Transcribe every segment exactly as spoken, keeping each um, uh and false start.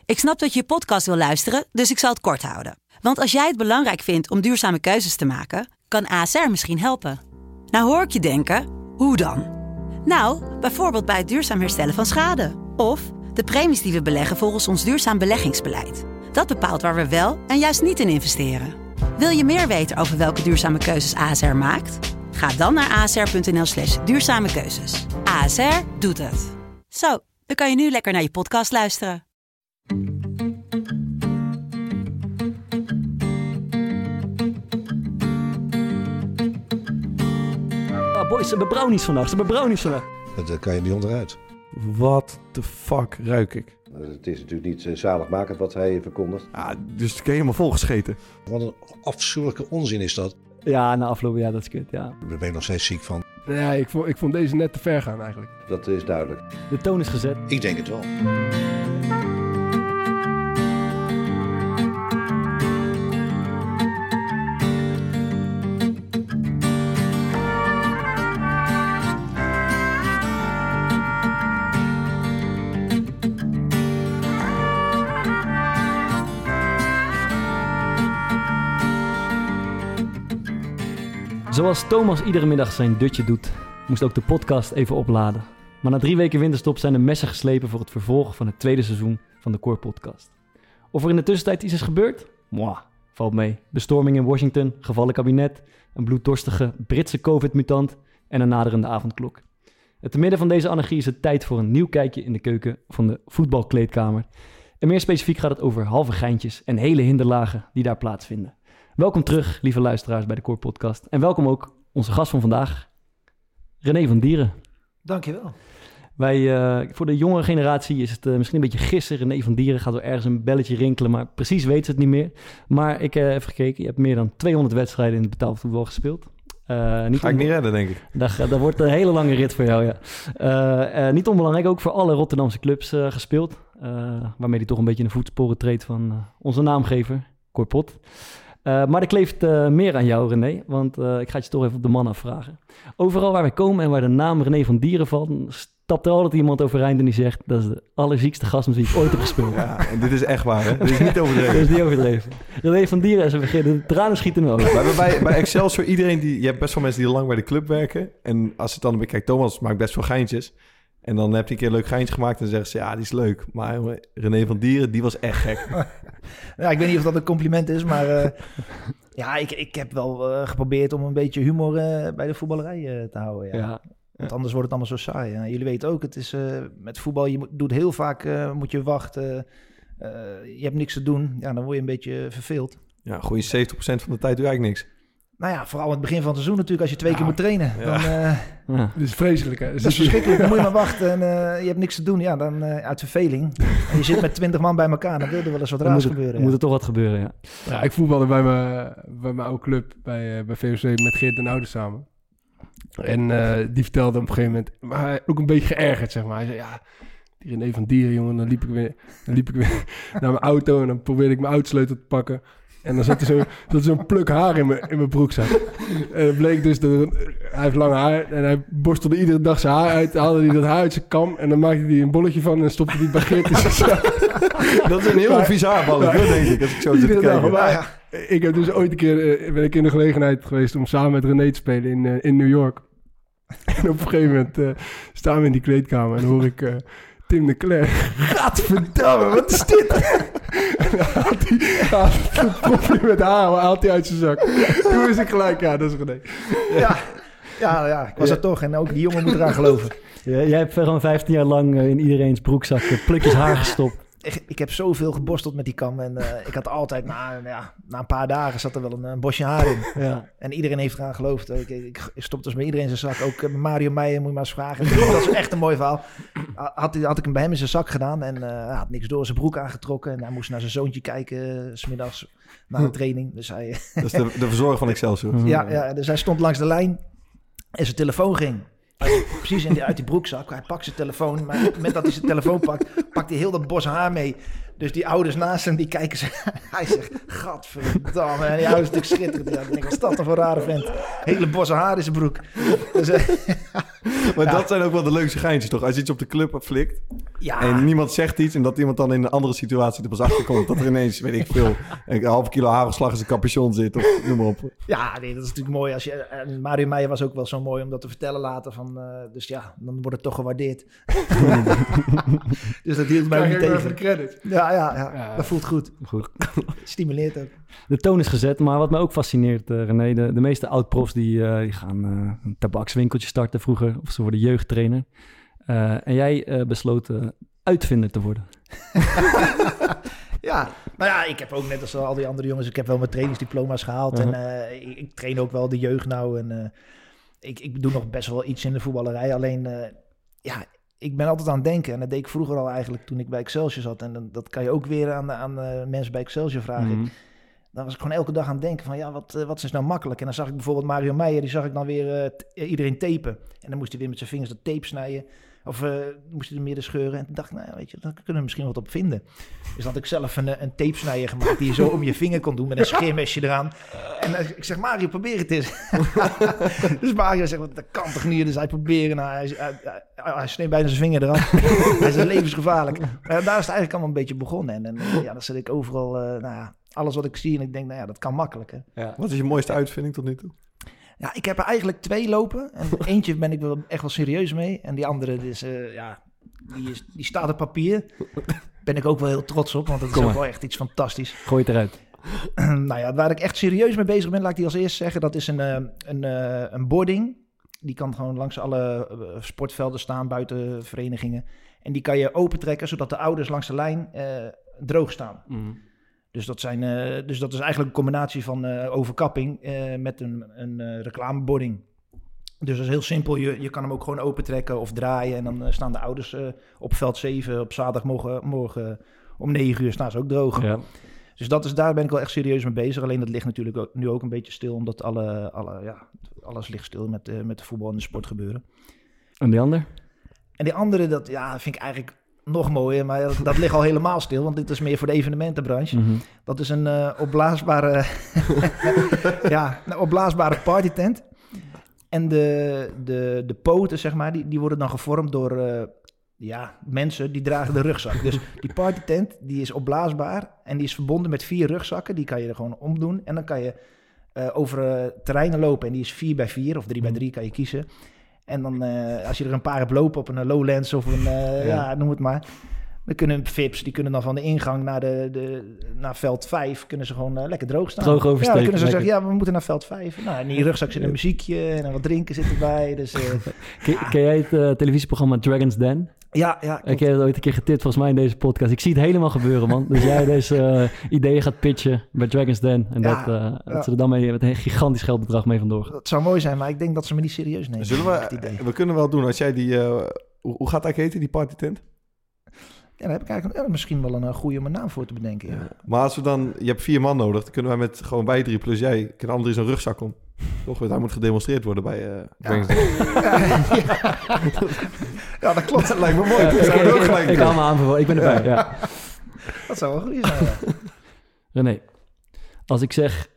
Ik snap dat je je podcast wil luisteren, dus ik zal het kort houden. Want als jij het belangrijk vindt om duurzame keuzes te maken, kan A S R misschien helpen. Nou hoor ik je denken, hoe dan? Nou, bijvoorbeeld bij het duurzaam herstellen van schade. Of de premies die we beleggen volgens ons duurzaam beleggingsbeleid. Dat bepaalt waar we wel en juist niet in investeren. Wil je meer weten over welke duurzame keuzes A S R maakt? Ga dan naar asr.nl slash duurzame keuzes. A S R doet het. Zo, dan kan je nu lekker naar je podcast luisteren. Oh boys, ze hebben brownies vandaag, ze hebben brownies vandaag. Dat kan je niet onderuit. Wat de fuck ruik ik? Het is natuurlijk niet uh, zaligmakend wat hij verkondigt. Ah, dus ik ben helemaal volgescheten. Wat een afschuwelijke onzin is dat. Ja, na afloop, ja, dat is kut, ja. Daar ben ik nog steeds ziek van. Nee, ik vond, ik vond deze net te ver gaan eigenlijk. Dat is duidelijk. De toon is gezet. Ik denk het wel. Zoals Thomas iedere middag zijn dutje doet, moest ook de podcast even opladen. Maar na drie weken winterstop zijn de messen geslepen voor het vervolg van het tweede seizoen van de Core Podcast. Of er in de tussentijd iets is gebeurd? Mwah, valt mee. Bestorming in Washington, gevallen kabinet, een bloeddorstige Britse COVID-mutant en een naderende avondklok. Het te midden van deze anarchie is het tijd voor een nieuw kijkje in de keuken van de voetbalkleedkamer. En meer specifiek gaat het over halve geintjes en hele hinderlagen die daar plaatsvinden. Welkom terug, lieve luisteraars, bij de Core Podcast. En welkom ook onze gast van vandaag, René van Dieren. Dankjewel. Wij, uh, voor de jongere generatie is het uh, misschien een beetje gissen. René van Dieren gaat wel ergens een belletje rinkelen, maar precies weten ze het niet meer. Maar ik heb uh, even gekeken, je hebt meer dan tweehonderd wedstrijden in het betaald voetbal gespeeld. Uh, niet Ga ik niet redden, denk ik. Dat, dat wordt een hele lange rit voor jou, ja. Uh, uh, niet onbelangrijk, ook voor alle Rotterdamse clubs uh, gespeeld. Uh, waarmee hij toch een beetje in de voetsporen treedt van uh, onze naamgever, Corpot. Uh, maar er kleeft uh, meer aan jou, René, want uh, ik ga het je toch even op de man afvragen. Overal waar wij komen en waar de naam René van Dieren valt, stapt er altijd iemand overeind en die zegt, dat is de allerziekste gast met wie ik ooit heb gespeeld. Ja, en dit is echt waar, hè? Dit is niet overdreven. Dit is niet overdreven. René van Dieren, als we beginnen, de tranen schieten in de ogen. Bij, bij, bij Excelsior, iedereen die, je hebt best wel mensen die al lang bij de club werken. En als het dan een beetje, kijk, Thomas maakt best wel geintjes. En dan heb je een keer een leuk geintje gemaakt en dan zeggen ze, ja, die is leuk. Maar René van Dieren, die was echt gek. Ja, ik weet niet of dat een compliment is, maar uh, ja, ik, ik heb wel uh, geprobeerd om een beetje humor uh, bij de voetballerij uh, te houden. Ja. Ja. Want anders wordt het allemaal zo saai. Ja. Jullie weten ook, het is uh, met voetbal, je moet, doet heel vaak, uh, moet je wachten. Uh, je hebt niks te doen, ja, dan word je een beetje verveeld. Ja, goeie zeventig procent van de tijd doe je eigenlijk niks. Nou ja, vooral in het begin van het seizoen natuurlijk, als je twee ja. keer moet trainen. Ja. Dan, uh, ja. Dat is vreselijk, hè? Dat is verschrikkelijk. Dan moet je maar wachten en uh, je hebt niks te doen. Ja, dan uh, uit verveling. En je zit met twintig man bij elkaar, dan wil er wel eens wat raars gebeuren. Dan ja. moet er toch wat gebeuren, ja. Ja, ik voetbalde bij mijn, bij mijn oude club, bij, uh, bij V O C, met Geert den Oude samen. En uh, die vertelde op een gegeven moment, maar hij ook een beetje geërgerd, zeg maar. Hij zei, ja, die René van Dieren, jongen, dan liep ik weer, dan liep ik weer naar mijn auto en dan probeerde ik mijn autosleutel te pakken. En dan zat er zo'n zo, zo pluk haar in mijn, in mijn broekzak. En het bleek dus dat er, hij heeft lang haar en hij borstelde iedere dag zijn haar uit. Haalde hij dat haar uit zijn kam en dan maakte hij een bolletje van en stopte hij bij Geert in zijn zak. Dat is een heel vies haarballetje, denk ik, als ik zo zit te kijken. Maar, ik heb dus ooit een keer, uh, ben ik in de gelegenheid geweest om samen met René te spelen in, uh, in New York. En op een gegeven moment uh, staan we in die kleedkamer en hoor ik... Uh, Tim de Cler. Gadverdamme, wat is dit? En dan haalt hij, haalt een propje met haar, haalt hij uit zijn zak. Toen wist ik gelijk, ja, dat is René. Ja, ja, ja, ik was ja. er toch. En ook die jongen moet eraan geloven. Ja, jij hebt gewoon vijftien jaar lang in iedereen's broekzak plukjes haar gestopt. Ik, ik heb zoveel geborsteld met die kam. En uh, ik had altijd, na, ja, na een paar dagen zat er wel een, een bosje haar in. Ja. En iedereen heeft eraan geloofd. Ik, ik, ik stopte dus bij iedereen in zijn zak. Ook uh, Mario Meijer, moet je maar eens vragen. Dat is echt een mooi verhaal. Had, had ik hem bij hem in zijn zak gedaan. En uh, hij had niks door, zijn broek aangetrokken. En hij moest naar zijn zoontje kijken, uh, 's middags na de training. Dus hij, dat is de, de verzorger van Excelsior. Ja, ja, dus hij stond langs de lijn. En zijn telefoon ging. Uit, precies in die, uit die broekzak. Hij pakt zijn telefoon. Maar met dat hij zijn telefoon pakt, pakt hij heel dat bos haar mee. Dus die ouders naast hem, die kijken ze. Hij zegt, gadverdamme. En die ouders natuurlijk schitterend. Ja, ik denk, wat is dat dan voor een rare vent? Hele bosse haar in zijn broek. Dus, uh, maar ja. dat zijn ook wel de leukste geintjes, toch? Als je iets op de club flikt ja. en niemand zegt iets... en dat iemand dan in een andere situatie er pas achter komt... dat er ineens, weet ik veel, een halve kilo hagelslag in zijn capuchon zit of noem maar op. Ja, nee, dat is natuurlijk mooi. Als je, en Mario Meijer was ook wel zo mooi om dat te vertellen later. Van, uh, dus ja, dan wordt het toch gewaardeerd. Dus dat hield mij ook niet tegen. De credit. Ja, ja, ja, Ja. dat voelt goed. Goed. Stimuleert ook. De toon is gezet, maar wat mij ook fascineert, uh, René... de, de meeste oud-profs die, uh, die gaan uh, een tabakswinkeltje starten vroeger... of ze worden jeugdtrainer. Uh, en jij uh, besloot uh, uitvinder te worden. Ja, nou ja, ik heb ook net als al die andere jongens... ik heb wel mijn trainingsdiploma's gehaald... Uh-huh. en uh, ik, ik train ook wel de jeugd nou... en uh, ik, ik doe nog best wel iets in de voetballerij. Alleen, uh, ja... Ik ben altijd aan het denken, en dat deed ik vroeger al eigenlijk toen ik bij Excelsior zat. En dan, dat kan je ook weer aan, aan uh, mensen bij Excelsior vragen. Mm-hmm. Dan was ik gewoon elke dag aan het denken van, ja, wat, uh, wat is nou makkelijk? En dan zag ik bijvoorbeeld Mario Meijer, die zag ik dan weer uh, t- iedereen tapen. En dan moest hij weer met zijn vingers dat tape snijden. Of uh, moest hij er midden scheuren. En toen dacht ik, nou ja, weet je, daar kunnen we misschien wat op vinden. Dus dan had ik zelf een, een tape snijder gemaakt die je zo om je vinger kon doen met een scheermesje eraan. En uh, ik zeg, Mario, probeer het eens. Dus Mario zegt, dat kan toch niet? Dus hij probeerde, nou, hij, hij, hij, hij sneed bijna zijn vinger eraf. Hij is levensgevaarlijk. Maar ja, daar is het eigenlijk allemaal een beetje begonnen. En, en ja, dan zit ik overal, uh, nou ja, alles wat ik zie en ik denk, nou ja, dat kan makkelijk. Hè. Ja. Wat is je mooiste uitvinding tot nu toe? Ja, ik heb er eigenlijk twee lopen. En eentje ben ik wel echt wel serieus mee. En die andere, is, uh, ja, die, is, die staat op papier. Ben ik ook wel heel trots op, want dat is Kom ook maar. wel echt iets fantastisch. Gooi het eruit. Nou ja, waar ik echt serieus mee bezig ben, laat ik die als eerst zeggen. Dat is een, uh, een, uh, een boarding. Die kan gewoon langs alle uh, sportvelden staan, buiten verenigingen. En die kan je opentrekken, zodat de ouders langs de lijn uh, droog staan. Mm. Dus dat, zijn, uh, dus dat is eigenlijk een combinatie van uh, overkapping uh, met een, een uh, reclamebording. Dus dat is heel simpel. Je, je kan hem ook gewoon opentrekken of draaien. En dan uh, staan de ouders uh, op veld zeven op zaterdagmorgen morgen om negen uur staan ze ook droog. Ja. Dus dat is, daar ben ik wel echt serieus mee bezig. Alleen dat ligt natuurlijk ook, nu ook een beetje stil. Omdat alle, alle, ja, alles ligt stil met, uh, met de voetbal en de sport gebeuren. En die ander? En die andere, dat ja, vind ik eigenlijk nog mooier. Maar dat, dat ligt al helemaal stil. Want dit is meer voor de evenementenbranche. Mm-hmm. Dat is een uh, opblaasbare, ja, een opblaasbare partytent. En de, de, de poten, zeg maar, die, die worden dan gevormd door uh, ja, mensen die dragen de rugzak. Dus die partytent, die is opblaasbaar en die is verbonden met vier rugzakken. Die kan je er gewoon omdoen. En dan kan je uh, over uh, terreinen lopen en die is vier bij vier of drie bij drie kan je kiezen. En dan, uh, als je er een paar hebt lopen op een Lowlands of een, uh, ja. ja, noem het maar. Dan kunnen V I P's, die kunnen dan van de ingang naar, de, de, naar veld vijf, kunnen ze gewoon uh, lekker droog staan. Droog oversteken. Ja, dan kunnen ze lekker. zeggen, ja, we moeten naar veld vijf. Nou, in die rugzak zit een muziekje en wat drinken zit erbij. Dus, uh, Ken, ja. ken jij het uh, televisieprogramma Dragon's Den? Ja, ja. Ik heb het ooit een keer getipt volgens mij in deze podcast. Ik zie het helemaal gebeuren, man. Dus jij deze uh, ideeën gaat pitchen bij Dragon's Den. En Ja, dat, uh, ja. dat ze er dan mee met een gigantisch geldbedrag mee vandoor gaan. Dat zou mooi zijn, maar ik denk dat ze me niet serieus nemen. Zullen Het we, idee. we kunnen wel doen als jij die... Uh, hoe, hoe gaat dat heten, die partytent? Ja, daar heb ik eigenlijk ja, misschien wel een uh, goede om een naam voor te bedenken. Ja. Ja. Maar als we dan... Je hebt vier man nodig. Dan kunnen wij met gewoon wij drie plus jij... Kunnen alle drie zo'n rugzak om. Toch? Hij moet gedemonstreerd worden bij... Uh, Ja. ja. ja, dat klopt. Dat lijkt me mooi. Ja, Dat ik, zou ik, we ook ik, gelijk ik doen. hou me aan voor. Ik ben erbij, ja. Dat zou wel goed zijn. Ja. René, als ik zeg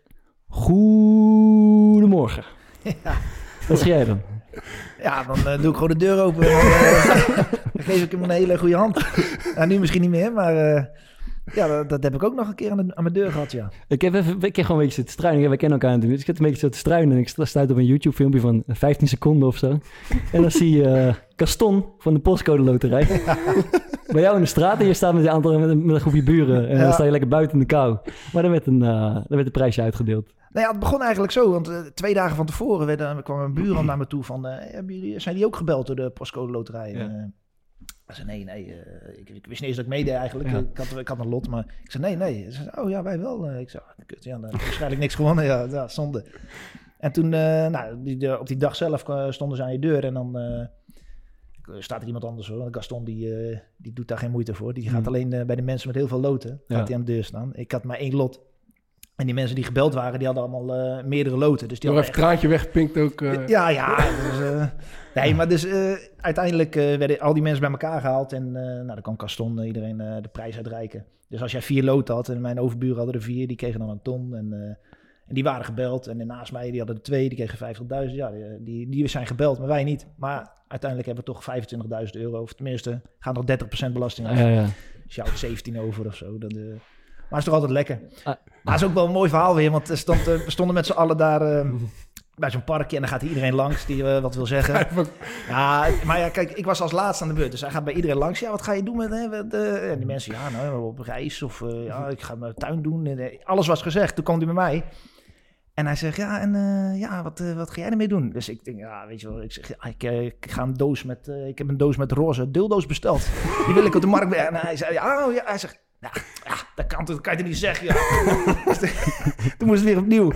goedemorgen, Ja. wat zeg jij dan? Ja, dan uh, doe ik gewoon de deur open. En dan, uh, dan geef ik hem een hele goede hand. Nou, nu misschien niet meer, maar uh, ja, dat, dat heb ik ook nog een keer aan, de, aan mijn deur gehad, ja. Ik heb, even, ik heb gewoon een beetje zitten struinen. Ja, wij kennen elkaar natuurlijk. Dus ik heb een beetje zitten struinen. En ik stuit op een YouTube filmpje van vijftien seconden of zo. En dan zie je uh, Gaston van de Postcode Loterij. Bij jou in de straat. En je staat met een, aantal, met een, met een groepje buren. En Ja. dan sta je lekker buiten in de kou. Maar dan werd een, uh, dan werd een prijsje uitgedeeld. Nou ja, het begon eigenlijk zo, want uh, twee dagen van tevoren werden, kwam een buurman naar me toe van, uh, hebben jullie, zijn die ook gebeld door de Postcode Loterij? Ja. En, uh, ik zei, nee, nee, uh, ik, ik wist niet eens dat ik meedeed eigenlijk. Ja. Ik, had, ik had een lot, maar ik zei, nee, nee. Ze zei, oh ja, wij wel. Uh, ik zei, ah, kut, ja, dan heb ik waarschijnlijk niks gewonnen. Ja, ja, zonde. En toen, uh, nou, die, de, op die dag zelf uh, stonden ze aan je deur en dan uh, staat er iemand anders hoor. Gaston, die, uh, die doet daar geen moeite voor. Die gaat Hmm. alleen uh, bij de mensen met heel veel loten, Ja. gaat hij aan de deur staan. Ik had maar één lot. En die mensen die gebeld waren, die hadden allemaal uh, meerdere loten. Dus die Nog even hadden traantje wegpinkt ook. Uh... Ja, ja. Dus, uh, nee, maar dus uh, uiteindelijk uh, werden al die mensen bij elkaar gehaald. En uh, nou, dan kan Gaston uh, iedereen uh, de prijs uitreiken. Dus als jij vier loten had en mijn overburen hadden er vier, die kregen dan een ton. En, uh, en die waren gebeld. En naast mij, die hadden er twee, die kregen vijftigduizend. Ja, die, die, die zijn gebeld, maar wij niet. Maar uiteindelijk hebben we toch vijfentwintigduizend euro. Of tenminste, gaan er dertig procent belasting af. Ja, ja. Dus je houdt zeventien over of zo. Dat, uh, maar het is toch altijd lekker. Ah. Maar het is ook wel een mooi verhaal weer. Want er stond, uh, we stonden met z'n allen daar uh, bij zo'n parkje. En dan gaat iedereen langs die uh, wat wil zeggen. Ja, maar ja, kijk, ik was als laatste aan de beurt. Dus hij gaat bij iedereen langs. Ja, wat ga je doen met... Hè, met uh, en die mensen, ja, nou, op reis. Of uh, ja, ik ga mijn tuin doen. En, uh, alles was gezegd. Toen kwam hij bij mij. En hij zegt, ja, en uh, ja, wat, uh, wat ga jij ermee doen? Dus ik denk, ja, weet je wel, ik zeg, ja, ik, uh, ik ga een doos met, uh, ik heb een doos met roze dildo's besteld. Die wil ik op de markt brengen. En hij zei, ja, oh, ja, hij zegt, ja, ja, dat kan, dat kan je toch niet zeggen, ja. Toen moest het weer opnieuw.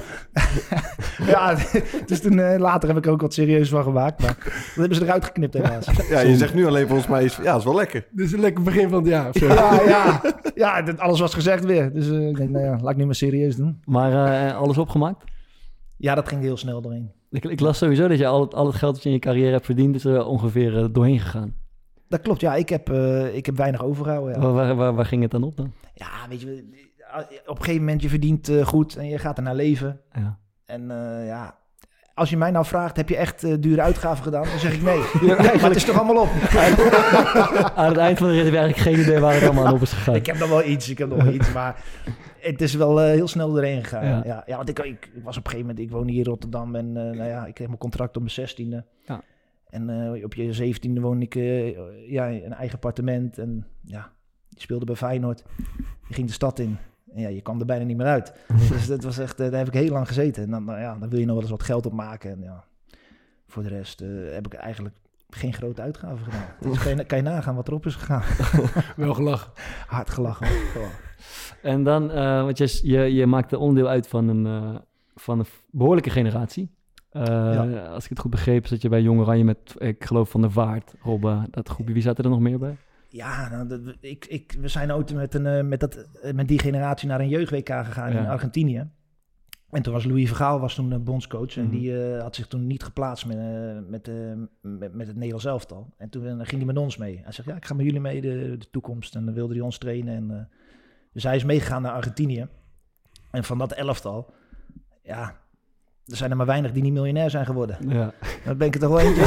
Ja, dus toen uh, later heb ik er ook wat serieus van gemaakt, maar dat hebben ze eruit geknipt helaas. Ja, je zegt nu alleen volgens mij, is, ja, dat is wel lekker. Dit is een lekker begin van het jaar. Of zo. Ja, ja, ja, dit, alles was gezegd weer. Dus uh, ik denk, nou ja, laat ik nu maar serieus doen. Maar uh, alles opgemaakt? Ja, dat ging heel snel doorheen. Ik, ik las sowieso dat je al het, al het geld dat je in je carrière hebt verdiend, is er ongeveer uh, doorheen gegaan. Dat klopt, ja. Ik heb, uh, ik heb weinig overgehouden. Ja. Waar, waar, waar, waar ging het dan op dan? Ja, weet je, op een gegeven moment je verdient uh, goed en je gaat er naar leven. Ja. En uh, ja, als je mij nou vraagt, heb je echt uh, dure uitgaven gedaan? Dan zeg ik nee. Ja, nee, maar het is toch allemaal op. Aan het eind van de rit heb je eigenlijk geen idee waar het allemaal aan op is gegaan. Ik heb nog wel iets, ik heb nog wel iets, maar het is wel uh, heel snel erheen gegaan. Ja, ja, ja want ik, ik, ik was op een gegeven moment, ik woon hier in Rotterdam en uh, nou ja, ik kreeg mijn contract op mijn zestiende. Ja. En uh, op je zeventiende woon ik uh, ja, in een eigen appartement en ja, die speelde bij Feyenoord. Je ging de stad in. En ja, je kwam er bijna niet meer uit. Dus dat was echt, uh, daar heb ik heel lang gezeten. En dan, nou ja, dan wil je nog wel eens wat geld opmaken. En ja, voor de rest uh, heb ik eigenlijk geen grote uitgaven gedaan. Dus kan je, kan je nagaan wat erop is gegaan. Wel gelachen. Hard gelachen. En dan, uh, want je, je, je maakte onderdeel uit van een, uh, van een behoorlijke generatie. Uh, ja. Als ik het goed begreep, zat je bij Jong Oranje met, ik geloof, Van der Vaart, Robben, dat groepje. Wie zaten er nog meer bij? Ja, nou, dat, ik, ik, we zijn ooit met, een, met, dat, met die generatie naar een jeugd-W K gegaan ja. in Argentinië. En toen was Louis Vergaal was toen bondscoach. Mm-hmm. En die uh, had zich toen niet geplaatst met, uh, met, uh, met, met het Nederlands elftal. En toen uh, ging hij met ons mee. Hij zegt, ja, ik ga met jullie mee de, de toekomst. En dan wilde hij ons trainen. En, uh, dus hij is meegegaan naar Argentinië. En van dat elftal, ja, er zijn er maar weinig die niet miljonair zijn geworden. Ja. Dan ben ik er toch wel eentje.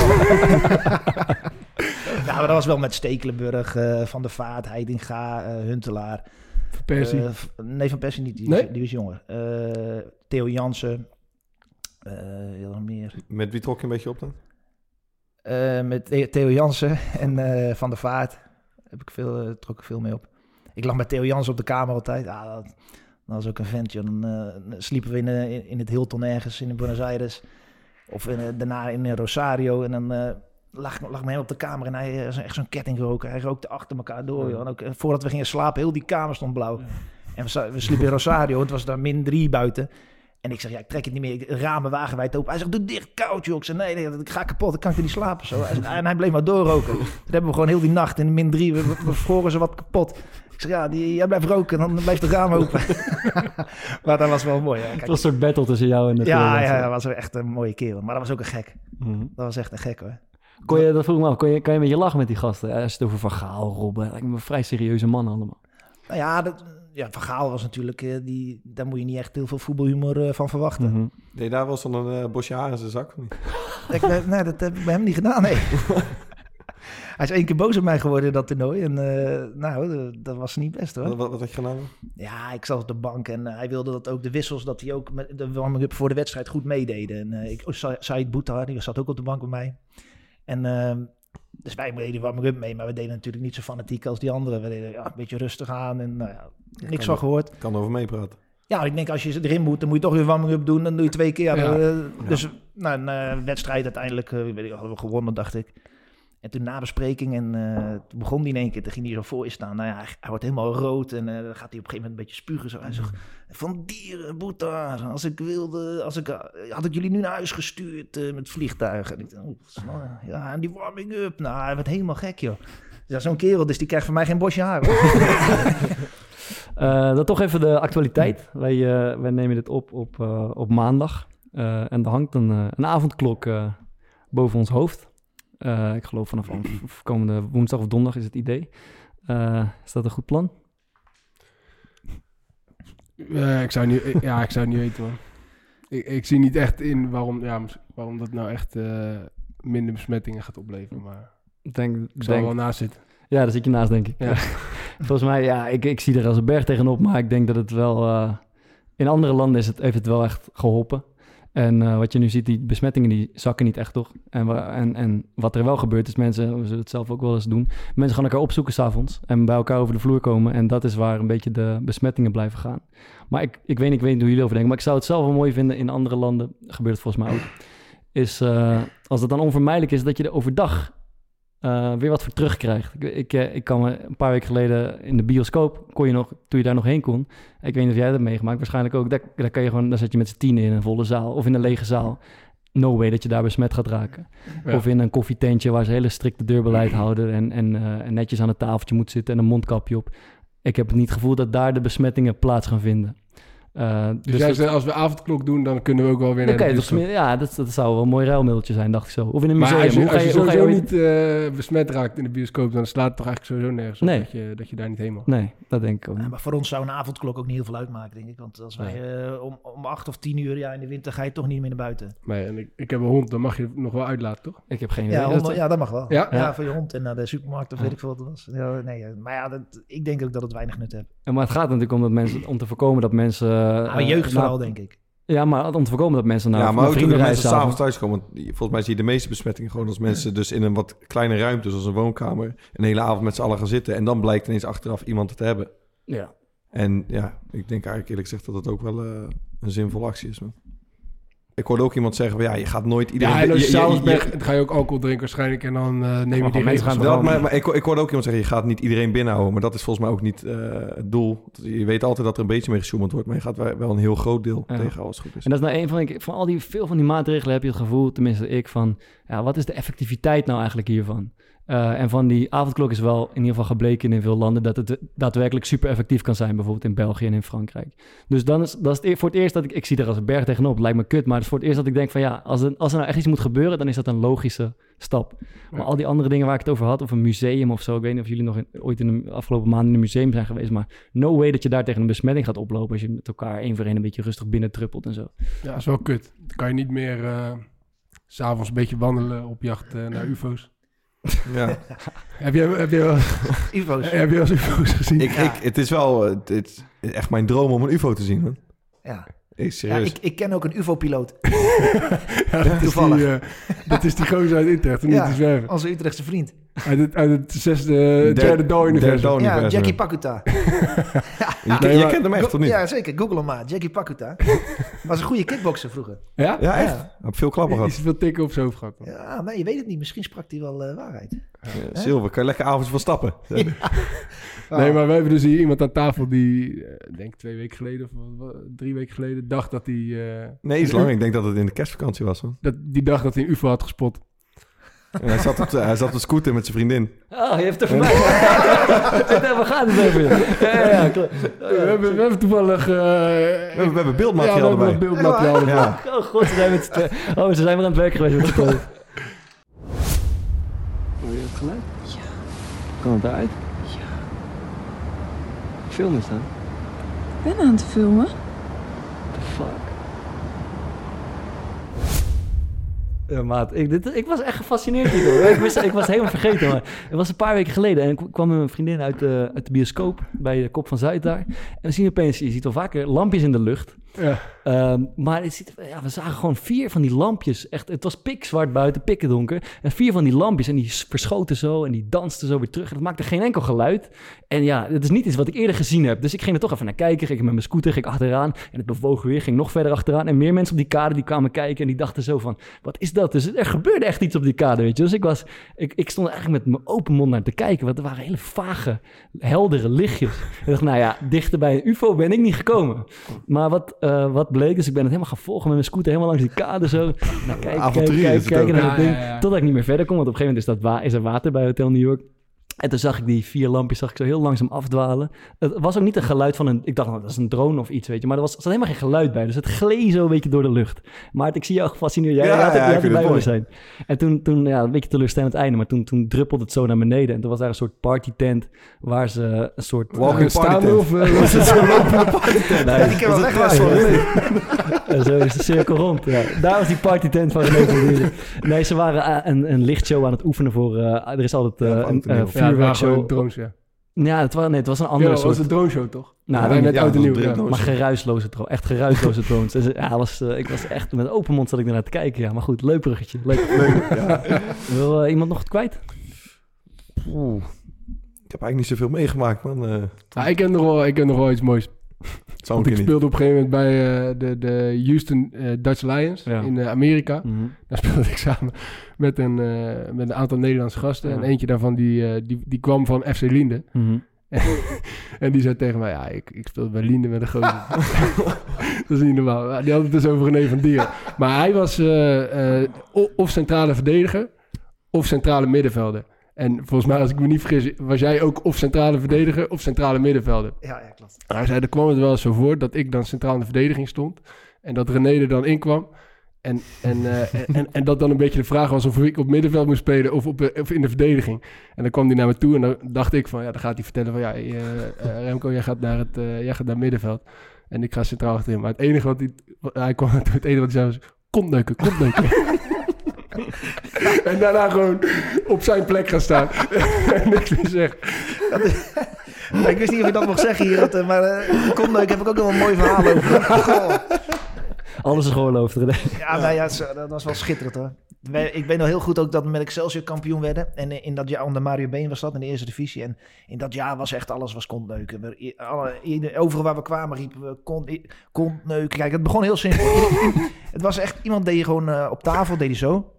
Ja, maar dat was wel met Stekelenburg, uh, Van der Vaart, Heidinga, uh, Huntelaar. Van Persie? Uh, nee, Van Persie niet. Die, nee? was, die was jonger. Uh, Theo Jansen. Uh, heel meer. Met wie trok je een beetje op dan? Uh, met Theo Jansen en uh, Van der Vaart heb ik veel, uh, trok ik veel mee op. Ik lag met Theo Jansen op de kamer altijd. Ah, dat, dat was ook een ventje. Dan uh, sliepen we in, uh, in, in het Hilton ergens in Buenos Aires. Of in, uh, daarna in uh, Rosario. En dan uh, lag, lag me hem op de kamer en hij uh, echt zo'n ketting roken. Hij rookte achter elkaar door. Joh. En ook, uh, voordat we gingen slapen, heel die kamer stond blauw. Ja. En we, we sliepen in Rosario. Het was daar min drie buiten. En ik zeg, ja, ik trek het niet meer. Ik, ramen wagenwijd open. Hij zegt, doe dicht, koud, joh. Ik zeg, nee, nee, ik ga kapot. Ik kan er niet slapen. Zo. En hij bleef maar doorroken. Toen hebben we gewoon heel die nacht in min drie. We, we, we vroren ze wat kapot. Ik zeg, ja, die, jij blijft roken, dan blijft de raam open. Maar dat was wel mooi. Ja. Kijk, het was een soort battle tussen jou en de Ja, ja, dat was echt een mooie kerel. Maar dat was ook een gek. Mm-hmm. Dat was echt een gek, hoor. Kon je, dat vroeg ik me af, kon je, kan je met je lachen met die gasten? Als het over Van Gaal, Robben, lijkt me een vrij serieuze mannen allemaal. Nou ja, dat, ja, Van Gaal was natuurlijk, uh, die, daar moet je niet echt heel veel voetbalhumor uh, van verwachten. Mm-hmm. Nee, daar was dan een uh, bosje haar in zijn zak. ik, nee, dat heb ik bij hem niet gedaan, nee. Hij is één keer boos op mij geworden in dat toernooi. En uh, nou, dat was niet best, hoor. Wat, wat had je gedaan? Ja, ik zat op de bank en uh, hij wilde dat ook de wissels, dat hij ook met de warming-up voor de wedstrijd goed meededen. En uh, ik, oh, Said Boutar, die zat ook op de bank bij mij. En uh, dus wij deden de warming-up mee, maar we deden natuurlijk niet zo fanatiek als die anderen. We deden ja, een beetje rustig aan en nou ja, niks van gehoord. Kan over meepraten. Ja, ik denk als je erin moet, dan moet je toch weer warming-up doen. Dan doe je twee keer. Ja. Uh, dus ja. nou, een uh, wedstrijd uiteindelijk uh, weet ik, hadden we gewonnen, dacht ik. En toen na bespreking en uh, toen begon hij in één keer, toen ging hij zo voor je staan. Nou ja, hij, hij wordt helemaal rood en uh, dan gaat hij op een gegeven moment een beetje spugen. Zo. Hij zegt, van dieren, Boutar, als ik wilde, als ik, uh, had ik jullie nu naar huis gestuurd uh, met vliegtuigen. En ik dacht, oh, ja, en die warming-up, nou, hij werd helemaal gek, joh. Ja, zo'n kerel, dus die krijgt van mij geen bosje haar. Uh, dan toch even de actualiteit. Wij, uh, wij nemen dit op op, uh, op maandag. Uh, en er hangt een, uh, een avondklok uh, boven ons hoofd. Uh, ik geloof vanaf komende woensdag of donderdag is het idee. Uh, is dat een goed plan? Uh, ik zou niet, ja, ik zou het niet weten, man. Ik, ik zie niet echt in waarom, ja, waarom dat nou echt uh, minder besmettingen gaat opleveren. Maar denk, ik zou denk, er wel naast zitten. Ja, daar zit je naast, denk ik. Ja. Volgens mij, ja, ik, ik zie er als een berg tegenop. Maar ik denk dat het wel... Uh, in andere landen is het, heeft het wel echt geholpen. En uh, wat je nu ziet, die besmettingen die zakken niet echt, toch? En, en, en wat er wel gebeurt is, mensen, we zullen het zelf ook wel eens doen, mensen gaan elkaar opzoeken 's avonds en bij elkaar over de vloer komen. En dat is waar een beetje de besmettingen blijven gaan. Maar ik, ik, weet, ik weet niet hoe jullie over denken, maar ik zou het zelf wel mooi vinden in andere landen, gebeurt het volgens mij ook, is uh, als het dan onvermijdelijk is dat je er overdag uh, weer wat voor terugkrijgt. Ik, ik, ik kan me een paar weken geleden in de bioscoop, kon je nog, toen je daar nog heen kon, ik weet niet of jij dat hebt meegemaakt, waarschijnlijk ook, daar, daar, kan je gewoon, daar zit je met z'n tienen in een volle zaal of in een lege zaal. No way dat je daar besmet gaat raken. Ja. Of in een koffietentje waar ze hele strikte deurbeleid houden en, en, uh, en netjes aan het tafeltje moet zitten en een mondkapje op. Ik heb niet het gevoel dat daar de besmettingen plaats gaan vinden. Uh, dus dus dat, als we avondklok doen, dan kunnen we ook wel weer naar de bioscoop. Ja, dat, dat zou wel een mooi ruilmiddeltje zijn, dacht ik zo. Of in een museum. Maar als je, hoe als je, je, sowieso hoe je niet uh, besmet raakt in de bioscoop, dan slaat het toch eigenlijk sowieso nergens op nee. dat, je, dat je daar niet heen mag. Nee, dat denk ik ook. Ja, maar voor ons zou een avondklok ook niet heel veel uitmaken, denk ik. Want als wij uh, om, om acht of tien uur, ja, in de winter ga je toch niet meer naar buiten. Nee, en ik, ik heb een hond, dan mag je het nog wel uitlaten, toch? Ik heb geen idee. Ja, honden, ja dat mag wel. Ja? Ja, voor je hond en naar de supermarkt of ja. weet ik veel wat het was. Ja, nee, maar ja, dat, ik denk ook dat het weinig nut heeft. En maar het gaat natuurlijk om, dat mensen, om te voorkomen dat mensen... Uh, maar jeugd vooral, nou, denk ik. Ja, maar om te voorkomen dat mensen naar ja, maar ook vrienden dat reizen. mensen s'avonds thuis komen. Volgens mij zie je de meeste besmettingen gewoon als mensen dus in een wat kleine ruimte, zoals een woonkamer, een hele avond met z'n allen gaan zitten. En dan blijkt ineens achteraf iemand het te hebben. Ja. En ja, ik denk eigenlijk eerlijk gezegd dat het ook wel uh, een zinvolle actie is, man. Ik hoorde ook iemand zeggen, ja, je gaat nooit iedereen... Ja, en als je s'avonds bent, ga je ook alcohol drinken waarschijnlijk en dan uh, neem je die mensen gaan dat, maar, maar ik, ik hoorde ook iemand zeggen, je gaat niet iedereen binnenhouden, maar dat is volgens mij ook niet uh, het doel. Je weet altijd dat er een beetje mee gesjoemeld wordt, maar je gaat wel een heel groot deel ja. tegen als het goed is. En dat is nou een van, van al die, veel van die maatregelen heb je het gevoel, tenminste ik, van, ja, wat is de effectiviteit nou eigenlijk hiervan? Uh, en van die avondklok is wel in ieder geval gebleken in veel landen dat het daadwerkelijk super effectief kan zijn, bijvoorbeeld in België en in Frankrijk. Dus dan is dat is het voor het eerst dat ik, ik zie er als een berg tegenop, het lijkt me kut, maar het is voor het eerst dat ik denk van ja, als er, als er nou echt iets moet gebeuren, dan is dat een logische stap. Maar ja. al die andere dingen waar ik het over had, of een museum of zo, ik weet niet of jullie nog in, ooit in de afgelopen maanden in een museum zijn geweest, maar no way dat je daar tegen een besmetting gaat oplopen als je met elkaar één voor één een beetje rustig binnen truppelt en zo. Ja, dat is wel kut. Dan kan je niet meer uh, 's avonds een beetje wandelen op jacht uh, naar U F O's. Ja. heb, je, heb, je wel, U F O's. heb je wel eens U F O's gezien? Ik, ja. ik, het is wel het is echt mijn droom om een U F O te zien, man. Ja. Ik, serieus. Ja, ik, ik ken ook een U F O-piloot. ja, dat, is die, uh, dat is die gozer uit Utrecht, om ja, niet te zwerven. Onze Utrechtse vriend. Uit het, uit het zesde, Der, derde Dawn-universum. Ja, Jackie Pakuta. ja. Je, nee, je kent hem echt, of niet? Ja, zeker. Google hem maar. Jackie Pakuta. Was een goede kickbokser vroeger. Ja? Ja, echt? Ja. Heb veel klappen gehad. Is veel tikken op zijn hoofd gehad. Man. Ja, nee, je weet het niet. Misschien sprak hij wel uh, waarheid. Ja, Silver, kan je lekker avondje van stappen. Ja. Nee, maar we hebben dus hier iemand aan tafel die, uh, denk twee weken geleden of uh, drie weken geleden, dacht dat hij... Uh, nee, iets lang. Ik denk dat het in de kerstvakantie was. Hoor. Dat, die dacht dat hij een U F O had gespot. En hij zat op de, hij zat op de scooter met zijn vriendin. Oh, je hebt er voor mij. We gaan het even. Ja, ja, ja, klopt. Oh, ja. We, hebben, we hebben toevallig... Uh, we, hebben, we hebben beeldmateriaal ja, we erbij. Hebben beeldmateriaal ja, ja. Oh god, ze zijn, met oh, ze zijn weer aan het werk geweest met z'n tweeën. Hoor je het geluid? Ja. Kan het eruit? Ja. Film is dat? Ik ben aan het filmen. What the fuck? Ja, maat, ik, dit, ik was echt gefascineerd hierdoor. ik, wist, ik was helemaal vergeten, maar het was een paar weken geleden en ik kwam met mijn vriendin uit de, uit de bioscoop bij de Kop van Zuid daar. En we zien opeens, je ziet wel vaker lampjes in de lucht. Ja. Um, maar het ziet, ja, we zagen gewoon vier van die lampjes. Echt, het was pikzwart buiten, pikkendonker. En vier van die lampjes en die verschoten zo en die dansten zo weer terug. En dat maakte geen enkel geluid. En ja, het is niet iets wat ik eerder gezien heb. Dus ik ging er toch even naar kijken. Ging met mijn scooter, ging achteraan. En het bewoog weer, ging nog verder achteraan. En meer mensen op die kade die kwamen kijken en die dachten zo van, wat is dat? Dus er gebeurde echt iets op die kade, weet je. Dus ik, was, ik, ik stond eigenlijk met mijn open mond naar te kijken. Want er waren hele vage, heldere lichtjes. En ik dacht, nou ja, dichter bij een U F O ben ik niet gekomen. Maar wat, uh, wat bleek, dus ik ben het helemaal gaan volgen met mijn scooter helemaal langs die kade zo. Nou, kijk, kijk, kijk, kijken naar dat ding. Ja, ja, ja. Totdat ik niet meer verder kon, want op een gegeven moment is, dat wa- is er water bij Hotel New York. En toen zag ik die vier lampjes zag ik zo heel langzaam afdwalen. Het was ook niet een geluid van een... Ik dacht, nou, dat is een drone of iets, weet je. Maar er was, er zat helemaal geen geluid bij. Dus het gleed zo een beetje door de lucht. Maar ik zie jou gefascineerd. Jij, Ja, jij had, ja, jij ik had vind erbij het willen zijn. En toen, toen, ja, een beetje teleurstellend einde. Maar toen, toen druppelde het zo naar beneden. En toen was daar een soort partytent waar ze een soort... Walking Staan party tent. of uh, was het zo lopende partytent? Nee, Ja, die kan wel wegwaaien. En zo is de cirkel rond. Ja. Daar was die partytent van René van Dieren. Nee, ze waren uh, een, een lichtshow aan het oefenen voor... Uh, er is altijd uh, Ja, een uh, ja, Ja, het waren vuurwerkshow. gewoon drones, ja. Ja, het was, nee, het was een Ja, andere dat was soort... een drone show, toch? Nou, Ja, weet net niet. oud en Ja, nieuw. dat was Ja. een Maar geruisloze drones. Echt geruisloze drones. Dus, ja, was, uh, ik was echt met open mond zat ik ernaar te kijken. Ja, maar goed, leuk bruggetje. Leuk. Ja. Wil uh, iemand nog het kwijt? Oeh. Ik heb eigenlijk niet zoveel meegemaakt, man. Uh, Ja, ik, heb nog wel, ik heb nog wel iets moois. het zou Want een ik keer niet. speelde op een gegeven moment bij uh, de, de Houston uh, Dutch Lions Ja. in uh, Amerika. Mm-hmm. Daar speelde ik samen met een, uh, met een aantal Nederlandse gasten. Ja. En eentje daarvan die, uh, die, die kwam van F C Liende. Mm-hmm. En die zei tegen mij, ja, ik, ik speelde bij Liende met een gozer. Dat is niet normaal. Ja, die had het dus over René van Dieren. Maar hij was uh, uh, of centrale verdediger of centrale middenvelder. En volgens mij, als ik me niet vergis, was jij ook of centrale verdediger of centrale middenvelder. Ja, ja, klopt. Hij zei, er kwam het wel eens zo voor dat ik dan centraal in de verdediging stond. En dat René er dan in kwam. En, en, uh, en, en, en dat dan een beetje de vraag was of ik op middenveld moest spelen of, op, of in de verdediging. En dan kwam hij naar me toe en dan dacht ik van, ja, dan gaat hij vertellen van, ja, uh, uh, Remco, jij gaat naar het uh, jij gaat naar middenveld. En ik ga centraal achterin. Maar het enige wat hij, hij kwam het enige wat hij zei was, kontneuken, kontneuken. En daarna gewoon op zijn plek gaan staan. En niks meer zeggen. Ik wist niet of je dat mocht zeggen hier, dat, uh, maar uh, Kontneuk heb ik ook nog een mooi verhaal over. Goh. Alles is geoorloofd, René. Ja, nou ja, zo, dat was wel schitterend hoor. Wij, ik weet nog heel goed ook dat we met Excelsior kampioen werden. En in dat jaar onder Mario Been was dat, in de eerste divisie. En in dat jaar was echt alles was kontneuken. We, alle, ieder, overal waar we kwamen riepen we kont, kontneuken. Kijk, het begon heel simpel. Het was echt, iemand deed gewoon uh, op tafel, deed hij zo.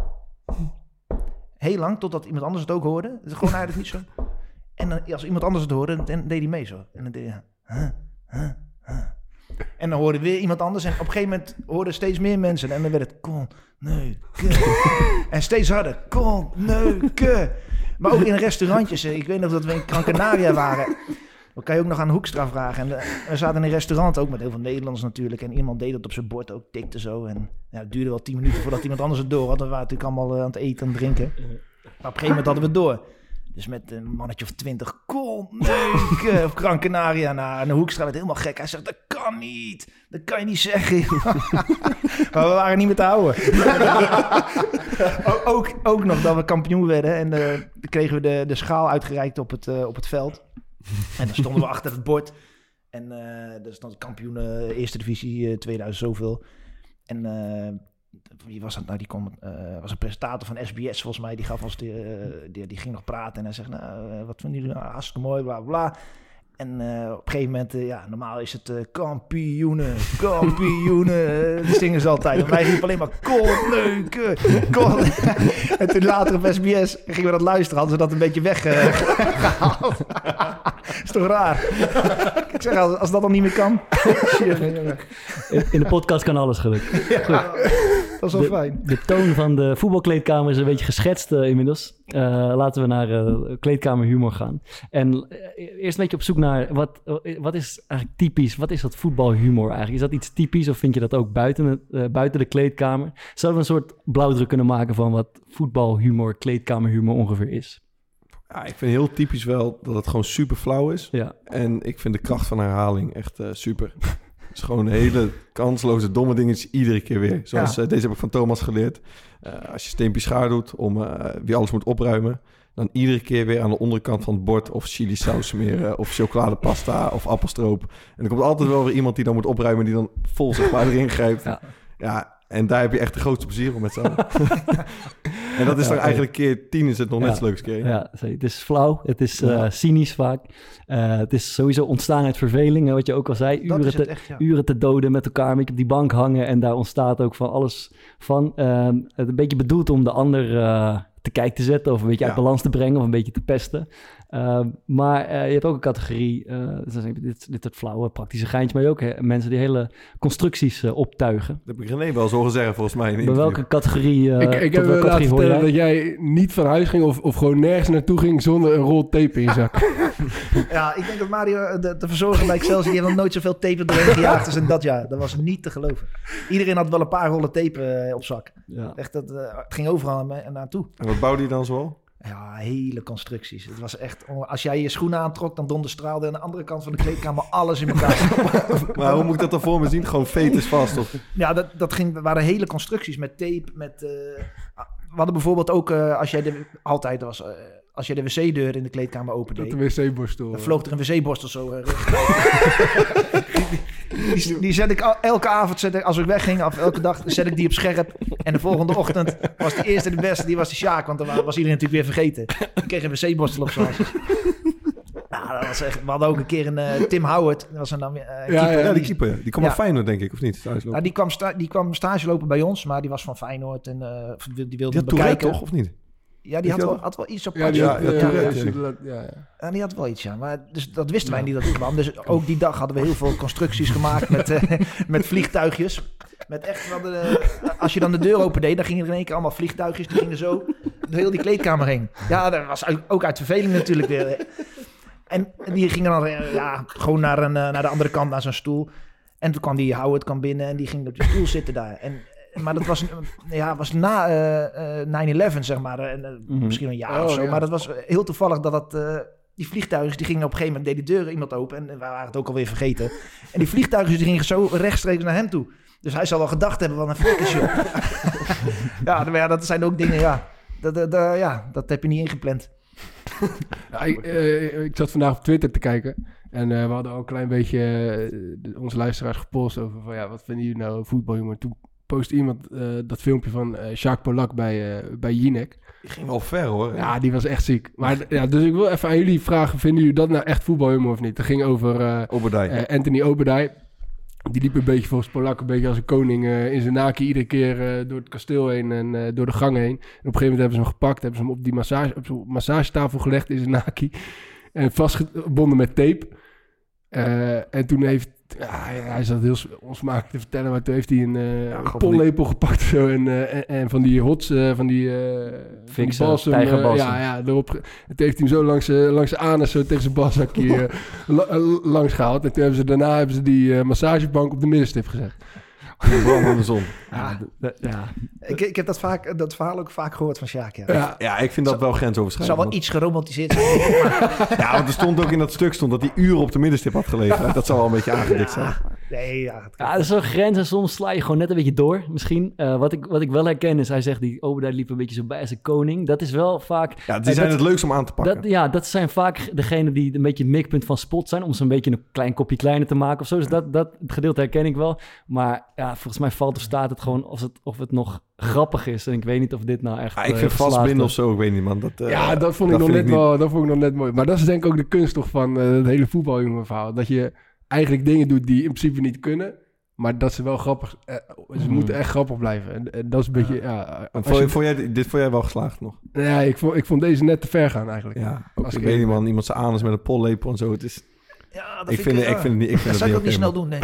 Heel lang, totdat iemand anders het ook hoorde. Het is gewoon eigenlijk niet zo. En dan, als iemand anders het hoorde, dan deed hij mee zo. En dan deed hij... Huh, huh, huh. En dan hoorde weer iemand anders. En op een gegeven moment hoorden steeds meer mensen. En dan werd het kontneuken. En steeds harder. Kontneuken. Maar ook in restaurantjes. Ik weet nog dat we in Gran Canaria waren. Dan kan je ook nog aan Hoekstra vragen. En de, we zaten in een restaurant, ook met heel veel Nederlanders natuurlijk. En iemand deed dat op zijn bord, ook tikte zo. En ja, het duurde wel tien minuten voordat iemand anders het door had. We waren natuurlijk allemaal uh, aan het eten en drinken. Maar op een gegeven moment hadden we het door. Dus met een mannetje of twintig, kontneuken op Gran Canaria. Nou, en de Hoekstra werd helemaal gek. Hij zegt, dat kan niet. Dat kan je niet zeggen. Maar we waren niet meer te houden. ook, ook nog dat we kampioen werden. En uh, dan kregen we de, de schaal uitgereikt op het, uh, op het veld. En dan stonden we achter het bord. En uh, dat stond kampioen uh, eerste divisie uh, tweeduizend zoveel. En uh, wie was dat nou? Die kon, uh, was een presentator van S B S volgens mij. Die gaf als die, uh, die, die ging nog praten. En hij zegt, nou, uh, wat vinden jullie nou? Hartstikke mooi, bla bla. En uh, op een gegeven moment, uh, ja, normaal is het uh, kampioenen, kampioenen. Die zingen ze altijd. En wij riepen alleen maar kontneuken, kon. En toen later op S B S gingen we dat luisteren. Hadden ze dat een beetje weggehaald. Uh, is toch raar? Ik zeg, als, als dat dan niet meer kan. In, in de podcast kan alles gelukkig. Ja, dat is wel de, fijn. De toon van de voetbalkleedkamer is een beetje geschetst uh, inmiddels. Uh, laten we naar uh, kleedkamerhumor gaan. En uh, eerst een beetje op zoek naar, wat, uh, wat is eigenlijk typisch? Wat is dat voetbalhumor eigenlijk? Is dat iets typisch of vind je dat ook buiten, het, uh, buiten de kleedkamer? Zouden we een soort blauwdruk kunnen maken van wat voetbalhumor, kleedkamerhumor ongeveer is? Ja, ik vind heel typisch wel dat het gewoon super flauw is. Ja. En ik vind de kracht van herhaling echt uh, super. Het is gewoon hele kansloze, domme dingetjes iedere keer weer. Zoals Ja. uh, deze heb ik van Thomas geleerd. Uh, als je steempje schaar doet om uh, wie alles moet opruimen, dan iedere keer weer aan de onderkant van het bord of chili saus smeren of chocoladepasta of appelstroop. En er komt altijd wel weer iemand die dan moet opruimen die dan vol zeg maar erin grijpt. Ja. Ja, en daar heb je echt de grootste plezier om met z'n allen. En dat is Ja, dan eigenlijk keer tien is het nog Ja. net zo leuk als keer. Ja, het is flauw, het is uh, Ja. cynisch vaak. Uh, het is sowieso ontstaan uit verveling, hè, wat je ook al zei. Dat Uren is het te, echt, ja. uren te doden met elkaar, een beetje op die bank hangen. En daar ontstaat ook van alles van. Uh, het een beetje bedoeld om de ander uh, te kijk te zetten of een beetje Ja. uit balans te brengen of een beetje te pesten. Uh, maar uh, je hebt ook een categorie, uh, dit, dit soort flauwe praktische geintjes, maar je ook he, mensen die hele constructies uh, optuigen. Dat heb ik René wel eens horen zeggen, volgens mij. Bij welke categorie uh, Ik, ik heb wel laten vertellen dat jij niet van huis ging of, of gewoon nergens naartoe ging zonder een rol tape in je zak. Ja, ik denk dat Mario, de, de verzorger bij Excelsior, die heeft nog nooit zoveel tape doorheen gejaagd als in dat jaar. Dat was niet te geloven. Iedereen had wel een paar rollen tape uh, op zak. Ja. Echt, dat, uh, het ging overal na, naartoe. En wat bouwde je dan zoal? Ja, hele constructies. Het was echt... Als jij je schoenen aantrok, dan donderstraalde aan de andere kant van de kleedkamer alles in elkaar. Maar hoe moet ik dat dan voor me zien? Gewoon veters vast? Of? Ja, dat, dat ging, waren hele constructies met tape, met... Uh, we hadden bijvoorbeeld ook, uh, als jij de... Altijd was... Uh, als je de wc-deur in de kleedkamer opende. Dat de wc-borstel. Dan vloog er een wc-borstel zo. Uh, die, die, die zet ik al, elke avond, zet ik, als ik wegging, of elke dag, zet ik die op scherp. En de volgende ochtend was de eerste de beste, die was de Sjaak. Want dan was iedereen natuurlijk weer vergeten. Ik kreeg een wc-borstel op zijn hals. Nou, dat was echt, we hadden ook een keer een uh, Tim Howard. Dat was een uh, keeper. Ja, ja, die keeper. Die kwam ja. van Feyenoord, denk ik, of niet? Nou, die, kwam sta, die kwam stage lopen bij ons, maar die was van Feyenoord. En uh, die wilde die bekijken. toch, of niet? Ja, die had wel, had wel iets op. Ja, die had, ja, ja, ja, ja, ja, ja. ja, die had wel iets, ja. Maar dus, dat wisten wij niet dat het kwam. Dus ook die dag hadden we heel veel constructies gemaakt met, uh, met vliegtuigjes. Met echt, wat, uh, als je dan de deur open deed, dan gingen er in één keer allemaal vliegtuigjes. Die gingen zo door heel die kleedkamer heen. Ja, dat was ook uit verveling natuurlijk weer. En die gingen dan uh, ja, gewoon naar, een, uh, naar de andere kant, naar zijn stoel. En toen kwam die Howard kwam binnen en die ging op de stoel zitten daar. En Maar dat was, ja, was na uh, uh, nine eleven, zeg maar. Uh, mm-hmm. Misschien een jaar oh, of zo. Ja. Maar dat was heel toevallig dat dat... Uh, die vliegtuigen, die gingen op een gegeven moment... deed de deur iemand open en we waren het ook alweer vergeten. En die vliegtuigen die gingen zo rechtstreeks naar hem toe. Dus hij zal wel gedacht hebben van een flikkersje. ja, maar ja, dat zijn ook dingen, ja. Dat, dat, dat, ja, dat heb je niet ingepland. Ja, ik, uh, ik zat vandaag op Twitter te kijken. En uh, we hadden ook een klein beetje uh, onze luisteraars gepost over... van ja, wat vinden jullie nou voetbaljongen? Toen post iemand uh, dat filmpje van uh, Jacques Polak bij, uh, bij Jinek. Die ging wel ver, hoor. Ja, die was echt ziek. Maar ja, dus ik wil even aan jullie vragen... vinden jullie dat nou echt voetbalhumor of niet? Dat ging over uh, Obadai. uh, Anthony Obadai. Die liep een beetje volgens Polak een beetje als een koning uh, in zijn naki... iedere keer uh, door het kasteel heen en uh, door de gang heen. En op een gegeven moment hebben ze hem gepakt... hebben ze hem op die massage, op zo'n massagetafel gelegd in zijn naki... en vastgebonden met tape... Uh, en toen heeft... Ja, hij, hij zat heel onsmakelijk te vertellen... maar toen heeft hij een uh, ja, pollepel gepakt zo, en, uh, en, en van die hots... Uh, van die... Uh, Fikse, balsem, uh, ja, ja, erop... En toen heeft hij hem zo langs, uh, langs zijn anus... zo tegen zijn balzakje uh, la, uh, langs gehaald. En toen hebben ze daarna hebben ze die uh, massagebank op de middenstip gezet. Brandende zon. Ja, ja. ja. Ik, ik heb dat, vaak, dat verhaal ook vaak gehoord van Sjaak. Ja. Ja, ja, ik vind dat wel grensoverschrijdend. Het zal wel iets geromantiseerd zijn. Maar... ja, want er stond ook in dat stuk stond dat hij uren op de middenstip had gelegen. Dat zou wel een beetje aangedikt zijn. Ja, nee, ja, het ja, dat is zo'n grens en soms sla je gewoon net een beetje door. Misschien. Uh, wat, ik, wat ik wel herken is, hij zegt die Obadai liep een beetje zo bij als een koning. Dat is wel vaak... Ja, die zijn dat, het leukst om aan te pakken. Dat, ja, dat zijn vaak degenen die een beetje het mikpunt van spot zijn. Om ze een beetje een klein kopje kleiner te maken of zo. Dus dat, dat het gedeelte herken ik wel. Maar ja, volgens mij valt of staat het gewoon of het, of het nog grappig is. En ik weet niet of dit nou echt... Ah, ik vind uh, vastbinden of zo, ik weet niet, man. Dat, uh, ja, dat vond ik, dat nog, net ik wel, dat vond ik nog net mooi. Maar dat is denk ik ook de kunst toch van uh, het hele voetbaljongen verhaal. Dat je eigenlijk dingen doet die in principe niet kunnen... maar dat ze wel grappig... Uh, ze mm. moeten echt grappig blijven. En, en dat is een beetje... Uh, ja, vond, je, vond jij, dit vond jij wel geslaagd nog? Ja, ik vond, ik vond deze net te ver gaan eigenlijk. Ja, ook, ik weet niet, man. Iemand zijn anus met een pollepel en zo. Het is... Ja, dat ik, vind, ik, ik vind het niet. Ik vind dat zou ik ook niet snel doen, nee.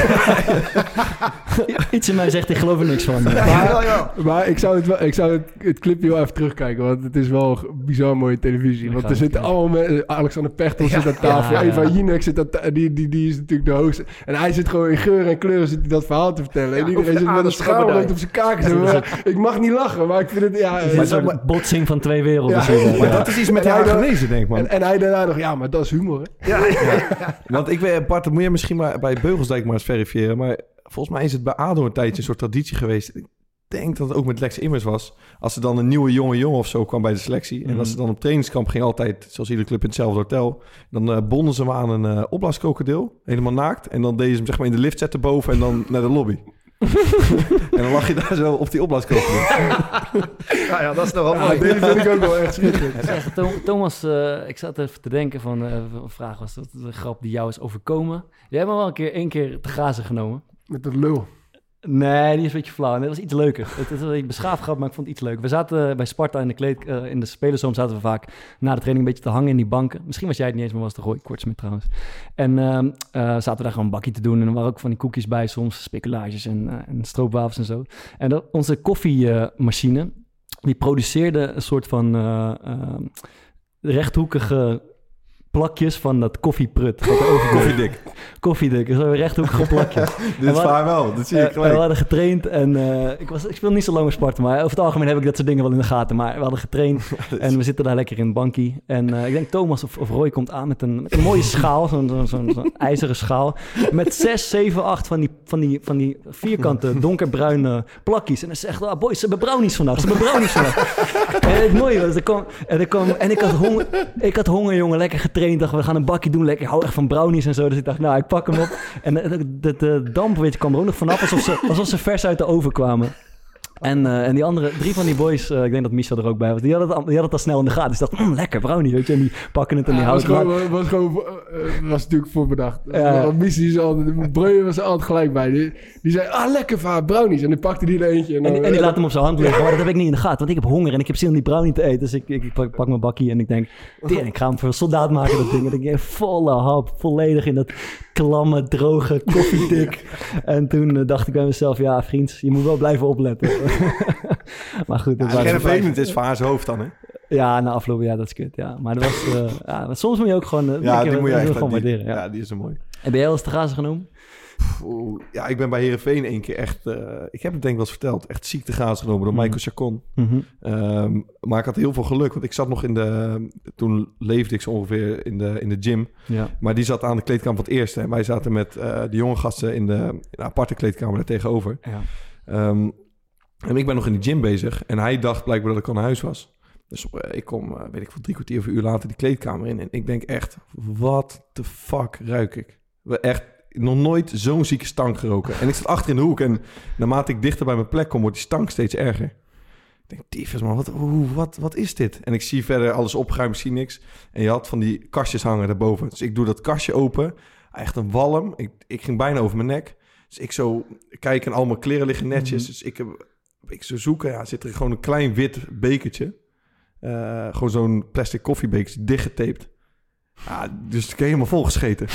Iets in mij zegt, ik geloof er niks van. Ja, maar, ja, ja. maar ik zou, het, wel, ik zou het, het clipje wel even terugkijken, want het is wel bizar mooie televisie. Want er zitten allemaal mensen... Alexander Pechtel ja, zit aan tafel, ja, ja. Eva Jinek zit aan die, die, die is natuurlijk de hoogste. En hij zit gewoon in geur en kleuren zit hij dat verhaal te vertellen. Ja, en iedereen zit met een schaamrood op zijn kaken. Ja, ik mag niet lachen, maar ik vind het... Ja, het is een soort botsing van twee werelden. Ja, ja. Maar dat is iets met haar gelezen, denk ik, man. En, en hij daarna nog, ja, maar dat is humor, hè? Ja, ja. Ja. Want ik weet... Bart, dat moet je misschien maar bij Beugelsdijk maar eens verifiëren. Maar volgens mij is het bij A D O een tijdje een soort traditie geweest. Ik denk dat het ook met Lex Immers was. Als er dan een nieuwe jonge jongen of zo kwam bij de selectie. Mm. En als ze dan op trainingskamp ging altijd, zoals iedere club in hetzelfde hotel. Dan uh, bonden ze hem aan een uh, opblaaskrokodil. Helemaal naakt. En dan deden ze hem zeg maar in de lift zetten boven en dan naar de lobby. En dan lag je daar zo op die opblaaskrokodil. Nou ja, dat is toch wel mooi. Deze vind ik ook wel echt schitterend. Echt, Thomas, uh, ik zat even te denken van... Uh, een vraag was dat een grap die jou is overkomen. Jij hebt me wel een keer één keer te grazen genomen. Met dat lul. Nee, die is een beetje flauw. Nee, dat was iets leuker. Het is een beetje beschaafd grap, maar ik vond het iets leuker. We zaten bij Sparta in de, kleed, uh, in de spelerzoom zaten we vaak na de training een beetje te hangen in die banken. Misschien was jij het niet eens, maar was het Roy Kortsmit trouwens. En uh, uh, zaten we daar gewoon een bakje te doen. En er waren ook van die koekjes bij soms, speculages en, uh, en stroopwafels en zo. En dat, onze koffiemachine, uh, die produceerde een soort van uh, uh, rechthoekige plakjes van dat koffieprut. Koffiedik. Koffiedik, zo rechthoekige plakjes. Dit is waar wel, dat zie je gelijk. Uh, we hadden getraind en uh, ik, was, ik speel niet zo lang met Sparta, maar over het algemeen heb ik dat soort dingen wel in de gaten. Maar we hadden getraind en we zitten daar lekker in een bankie. En uh, ik denk Thomas of, of Roy komt aan met een, met een mooie schaal, zo'n, zo'n, zo'n, zo'n ijzeren schaal. Met zes, zeven, acht van die, van die, van die vierkante donkerbruine plakjes. En hij zegt, ah, boys, ze hebben brownies vandaag, ze hebben brownies vandaag. En het mooie was, er kwam, en, er kwam, en ik, had honger, ik had honger, jongen, lekker getraind. Ik dacht, we gaan een bakje doen, lekker. Ik hou echt van brownies en zo. Dus ik dacht, nou, ik pak hem op. En de, de, de damp, weet je, kwam er ook nog vanaf, alsof ze, alsof ze vers uit de oven kwamen. En, uh, en die andere, drie van die boys, uh, ik denk dat Michel er ook bij was, die hadden het, die hadden het al snel in de gaten. Dus ik dacht, mm, lekker brownie, weet je. En die pakken het en die ja, houden het. Was, was gewoon, uh, was natuurlijk voorbedacht. Ja. Want Michel, die altijd, Breuer was er altijd gelijk bij. Die, die zei, ah, lekker vaak brownies. En dan pakte die er eentje. En, dan, en, en die laat hem op zijn hand liggen. Maar dat heb ik niet in de gaten, want ik heb honger en ik heb zin om die brownie te eten. Dus ik, ik, ik pak, pak mijn bakkie en ik denk, ik ga hem voor een soldaat maken, dat ding. En ik denk, volle hap, volledig in dat klamme, droge koffiedik. En toen uh, dacht ik bij mezelf, ja, vriend, je moet wel blijven opletten. Maar goed, dat ja, was vervelend is voor haar zijn hoofd dan, hè? Ja, na afloop, ja, dat is kut, ja. Maar dat was, uh, ja, soms moet je ook gewoon... Uh, ja, die keer, moet je echt gewoon die, waarderen. Ja. ja, die is zo mooi. En ben jij al eens te gazen genomen? Oeh, ja, ik ben bij Heerenveen één keer echt... Uh, ik heb het denk ik wel eens verteld. Echt ziek te gazen genomen door mm. Michael Chacon. Mm-hmm. Um, maar ik had heel veel geluk, want ik zat nog in de... Toen leefde ik zo ongeveer in de, in de gym. Ja. Maar die zat aan de kleedkamer van het eerste. En wij zaten met uh, de jonge gasten in de, in de aparte kleedkamer daar tegenover. Ja. Um, En ik ben nog in de gym bezig. En hij dacht blijkbaar dat ik al naar huis was. Dus uh, ik kom, uh, weet ik veel, drie kwartier of een uur later die kleedkamer in. En ik denk echt, wat de fuck ruik ik? Echt nog nooit zo'n zieke stank geroken. En ik zat achter in de hoek. En naarmate ik dichter bij mijn plek kom, wordt die stank steeds erger. Ik denk, tyfus man, wat, oeh, wat, wat is dit? En ik zie verder alles opgeruimd, ik zie niks. En je had van die kastjes hangen daarboven. Dus ik doe dat kastje open. Echt een walm. Ik, ik ging bijna over mijn nek. Dus ik zo kijk en al mijn kleren liggen netjes. Mm-hmm. Dus ik heb... Ik zou zoeken, ja, zit er gewoon een klein wit bekertje. Uh, gewoon zo'n plastic koffiebekertje, dichtgetaped. Ja, dus ik heb helemaal volgescheten.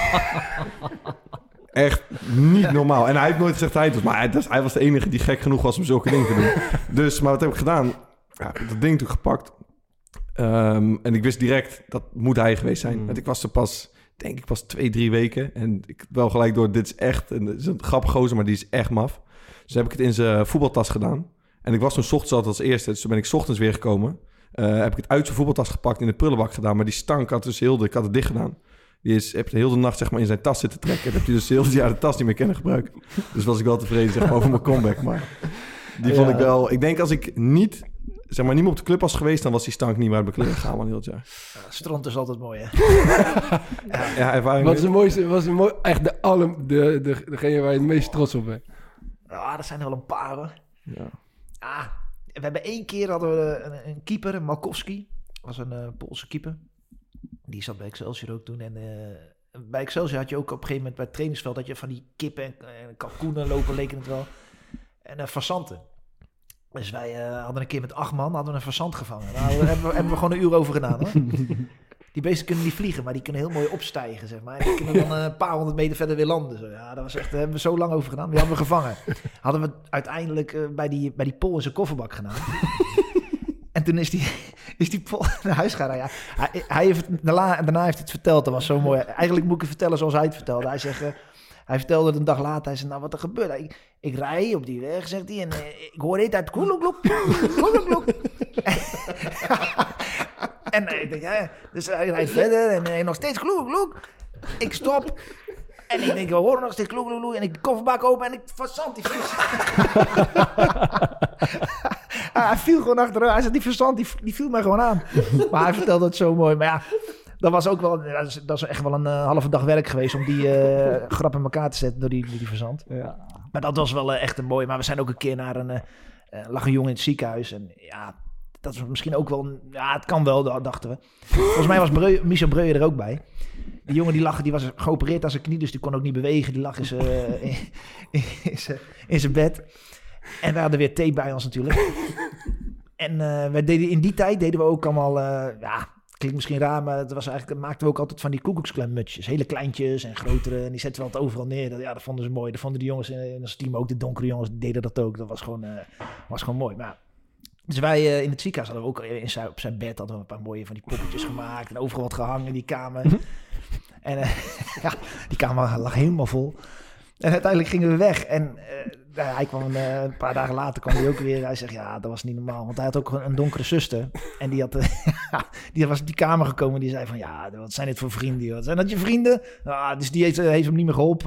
Echt niet normaal. En hij heeft nooit gezegd dat hij het was. Maar hij, dus, hij was de enige die gek genoeg was om zulke dingen te doen. Dus, maar wat heb ik gedaan? Ja, ik heb dat ding toen gepakt. Um, en ik wist direct, dat moet hij geweest zijn. Mm. Want ik was er pas, denk ik, pas twee, drie weken. En ik wel gelijk door, dit is echt, en het is een grappige gozer, maar die is echt maf. Dus heb ik het in zijn voetbaltas gedaan. En ik was toen 's ochtends altijd als eerste. Dus toen ben ik 's ochtends weer gekomen. Uh, heb ik het uit zijn voetbaltas gepakt, in de prullenbak gedaan. Maar die stank had dus heel de... Ik had het dicht gedaan. Die is, heb de hele nacht zeg maar in zijn tas zitten trekken. En heb je dus heel het jaar de tas niet meer kunnen gebruiken. Dus was ik wel tevreden zeg maar, over mijn comeback. Maar die ja. vond ik wel... Ik denk als ik niet... Zeg maar niet meer op de club was geweest... dan was die stank niet meer uit mijn kleren gegaan man, heel het jaar. Ja, stront is altijd mooi, hè? ja, ja, ervaring. Wat is de mooiste... Was de mooi, echt de, alle, de, de, degene waar je het meest trots op bent? Ja, dat zijn er wel een paar, hoor. Ja. Ah, we hebben één keer hadden we een, een keeper, Malkowski. Was een uh, Poolse keeper. Die zat bij Excelsior ook toen. En uh, bij Excelsior had je ook op een gegeven moment bij het trainingsveld... dat je van die kippen en, en kalkoenen lopen, leken het wel. En uh, fazanten. Dus wij uh, hadden een keer met acht man hadden we een fazant gevangen. Daar nou, hebben, we, hebben we gewoon een uur over gedaan, hoor. Die beesten kunnen niet vliegen, maar die kunnen heel mooi opstijgen, zeg maar. En die kunnen dan een paar honderd meter verder weer landen. Zo. Ja, dat was echt, daar hebben we zo lang over gedaan. Die hadden we gevangen. Hadden we uiteindelijk uh, bij die, bij die Pool in zijn kofferbak gedaan. En toen is die, is die Pool naar huis gegaan. Ja, hij, hij heeft, daarna, daarna heeft hij het verteld. Dat was zo mooi. Eigenlijk moet ik het vertellen zoals hij het vertelde. Hij zegt... Uh, Hij vertelde het een dag later. Hij zei, nou, wat er gebeurt. Ik, ik rij op die weg, zegt hij. En uh, ik hoor dit uit kloeloekloek, kloeloekloek. En uh, ik denk, ja, dus hij rijdt verder. En uh, nog steeds kloeloekloek. Ik stop. En ik denk, we horen nog steeds kloeloekloek. En ik de kofferbak open en ik verzand die vis. Hij viel gewoon achteruit. Hij zei, die verzand, die, die viel mij gewoon aan. Maar hij vertelde het zo mooi. Maar ja... Dat was ook wel, dat is, dat is echt wel een uh, halve dag werk geweest om die uh, grap in elkaar te zetten door die, die verzand. Ja. Maar dat was wel uh, echt een mooi. Maar we zijn ook een keer naar een, uh, uh, lag een jongen in het ziekenhuis. En ja, dat is misschien ook wel, ja, het kan wel, dachten we. Volgens mij was Breu, Michel Breuer er ook bij. die jongen die lag, die was geopereerd aan zijn knie, dus die kon ook niet bewegen. Die lag in zijn, uh, in, in, zijn, in zijn bed. En we hadden weer thee bij ons natuurlijk. En uh, wij deden, in die tijd deden we ook allemaal, uh, ja, klinkt misschien raar, maar het was eigenlijk, maakten we ook altijd van die koekoeksklemmutjes. Hele kleintjes en grotere. En die zetten we altijd overal neer. Dat, ja, dat vonden ze mooi. Dat vonden die jongens in, in ons team ook, de donkere jongens, die deden dat ook. Dat was gewoon, uh, was gewoon mooi. Maar, dus wij uh, in het ziekenhuis hadden we ook in zijn, op zijn bed hadden we een paar mooie van die poppetjes gemaakt. En overal wat gehangen in die kamer. En uh, ja, die kamer lag helemaal vol. En uiteindelijk gingen we weg. En uh, nou, hij kwam uh, een paar dagen later kwam hij ook weer. Hij zegt, ja, dat was niet normaal. Want hij had ook een donkere zuster. En die, had, uh, die was op die kamer gekomen. En die zei van, ja, wat zijn dit voor vrienden? Joh? Zijn dat je vrienden? Ah, dus die heeft, uh, heeft hem niet meer geholpen.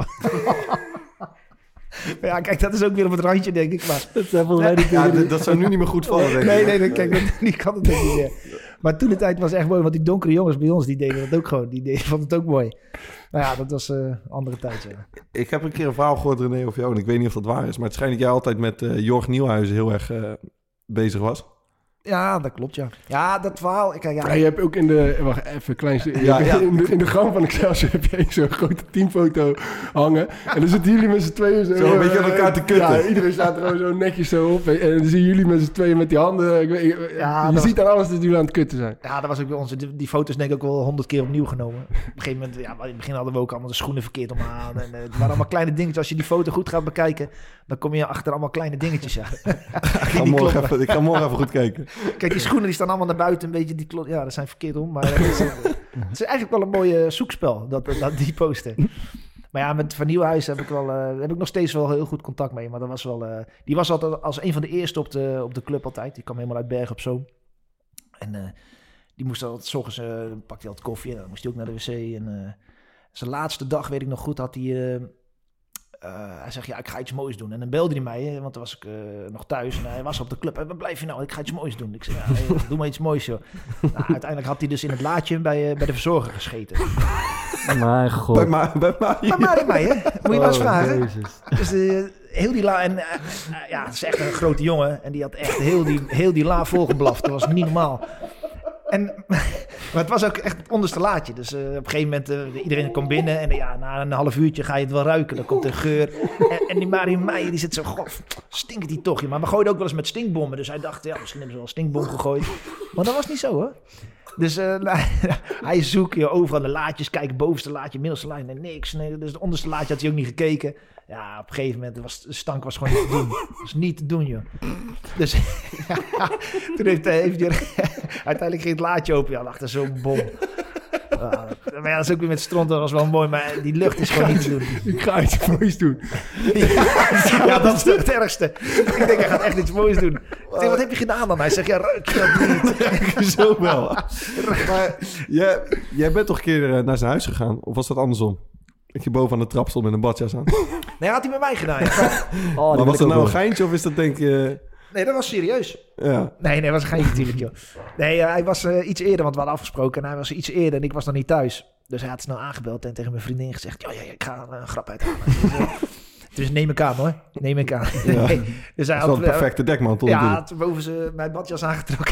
Maar ja, kijk, dat is ook weer op het randje, denk ik. Maar dat, zijn nee, niet ja, dat, dat zou nu niet meer goed vallen, denk ik. Nee, nee, nee, kijk, dat, die kan het ook niet meer. Maar toen de tijd was echt mooi, want die donkere jongens bij ons, die deden dat ook gewoon. Die deden, vonden het ook mooi. Nou ja, dat was uh, een andere tijd, ja. Ik heb een keer een verhaal gehoord, René, over jou, en ik weet niet of dat waar is. Maar het schijnt dat jij altijd met uh, Jorg Nieuwhuizen heel erg uh, bezig was. Ja, dat klopt, ja. Ja, dat verhaal... Kijk, ja. Ja, je hebt ook in de... Wacht, even klein... Ja, ja. In, de, in de gang van Excelsior heb je zo'n grote teamfoto hangen. En dan zitten jullie met z'n tweeën zo... Zo een beetje aan elkaar te kutten. Ja, iedereen staat er gewoon zo netjes zo op. En, en dan zien jullie met z'n tweeën met die handen... Ik, ik, ja, je ziet was, aan alles dat jullie aan het kutten zijn. Ja, dat was ook bij ons. Die, die foto's denk ik ook wel honderd keer opnieuw genomen. Op een gegeven moment... Ja, in het begin hadden we ook allemaal de schoenen verkeerd om aan. En, uh, het waren allemaal kleine dingetjes. Als je die foto goed gaat bekijken... dan kom je achter allemaal kleine dingetjes. Ja. ik, ga morgen even, ik ga morgen even goed kijken. Kijk, die schoenen die staan allemaal naar buiten. Een beetje die klo- ja, dat zijn verkeerd om. Maar het is, het is eigenlijk wel een mooie zoekspel, dat, dat, die poster. Maar ja, met Van Nieuwhuis heb ik, wel, uh, heb ik nog steeds wel heel goed contact mee. Maar dat was wel, uh, die was altijd als een van de eerste op de, op de club altijd. Die kwam helemaal uit Bergen op Zoom. En uh, die moest altijd, 's ochtends uh, pakte hij altijd koffie. En dan moest hij ook naar de wc. En uh, zijn laatste dag, weet ik nog goed, had hij... Uh, Uh, hij zegt, ja, ik ga iets moois doen. En dan belde hij mij, want dan was ik uh, nog thuis. En hij was op de club. Waar blijf je nou? Ik ga iets moois doen. Ik zei, ja, hey, doe maar iets moois, joh. Nou, uiteindelijk had hij dus in het laadje bij, uh, bij de verzorger gescheten. Mijn god. Bij, Ma- bij Marie. Bij Marie Meijer. Moet je oh, maar eens vragen. Jezus. Dus uh, heel die la... En, uh, uh, ja, het is echt een grote jongen. En die had echt heel die, heel die la volgeblaft. Dat was niet normaal. En, maar het was ook echt het onderste laadje. Dus uh, op een gegeven moment, uh, iedereen kwam binnen. En uh, ja, na een half uurtje ga je het wel ruiken. Dan komt er geur. En, en die Marie Meijer, die zit zo, god, stinkt die toch? Maar we gooiden ook wel eens met stinkbommen. Dus hij dacht, ja, misschien hebben ze wel een stinkbom gegooid. Maar dat was niet zo, hoor. Dus uh, nou, hij zoekt je overal de laadjes. Kijkt, bovenste laadje, middelste laadje, nee, niks. Nee, dus het onderste laadje had hij ook niet gekeken. Ja, op een gegeven moment was de stank was gewoon niet te doen. Dat was niet te doen, joh. Dus ja, toen heeft, heeft hij uiteindelijk ging het laadje open. Ja, lag er zo'n bom. Uh, maar ja, dat is ook weer met stront, dat was wel mooi. Maar die lucht is gewoon niet te doen. Ik ga iets moois doen. Ja, ja, dat is het ergste. Ik denk, hij gaat echt iets moois doen. Ik denk, wat heb je gedaan dan? Hij zegt, ja, ruik je dat niet? Zo wel. Maar jij, jij bent toch een keer naar zijn huis gegaan? Of was dat andersom? Dat je boven aan de trap stond met een badjas aan. Nee, had hij met mij gedaan. Ja. Oh, maar was dat nou een geintje of is dat denk je... Nee, dat was serieus. Ja. Nee, nee, dat was een geintje natuurlijk, joh. Nee, uh, hij was uh, iets eerder, want we hadden afgesproken. En hij was iets eerder en ik was nog niet thuis. Dus hij had snel aangebeld en tegen mijn vriendin gezegd... Ja, ja, ja ik ga een grap uithalen. Dus neem ik aan, hoor. Neem ik aan. Ja. Nee. Dus hij dat is wel een perfecte dekmantel. Ja, hij had boven ze mijn badjas aangetrokken.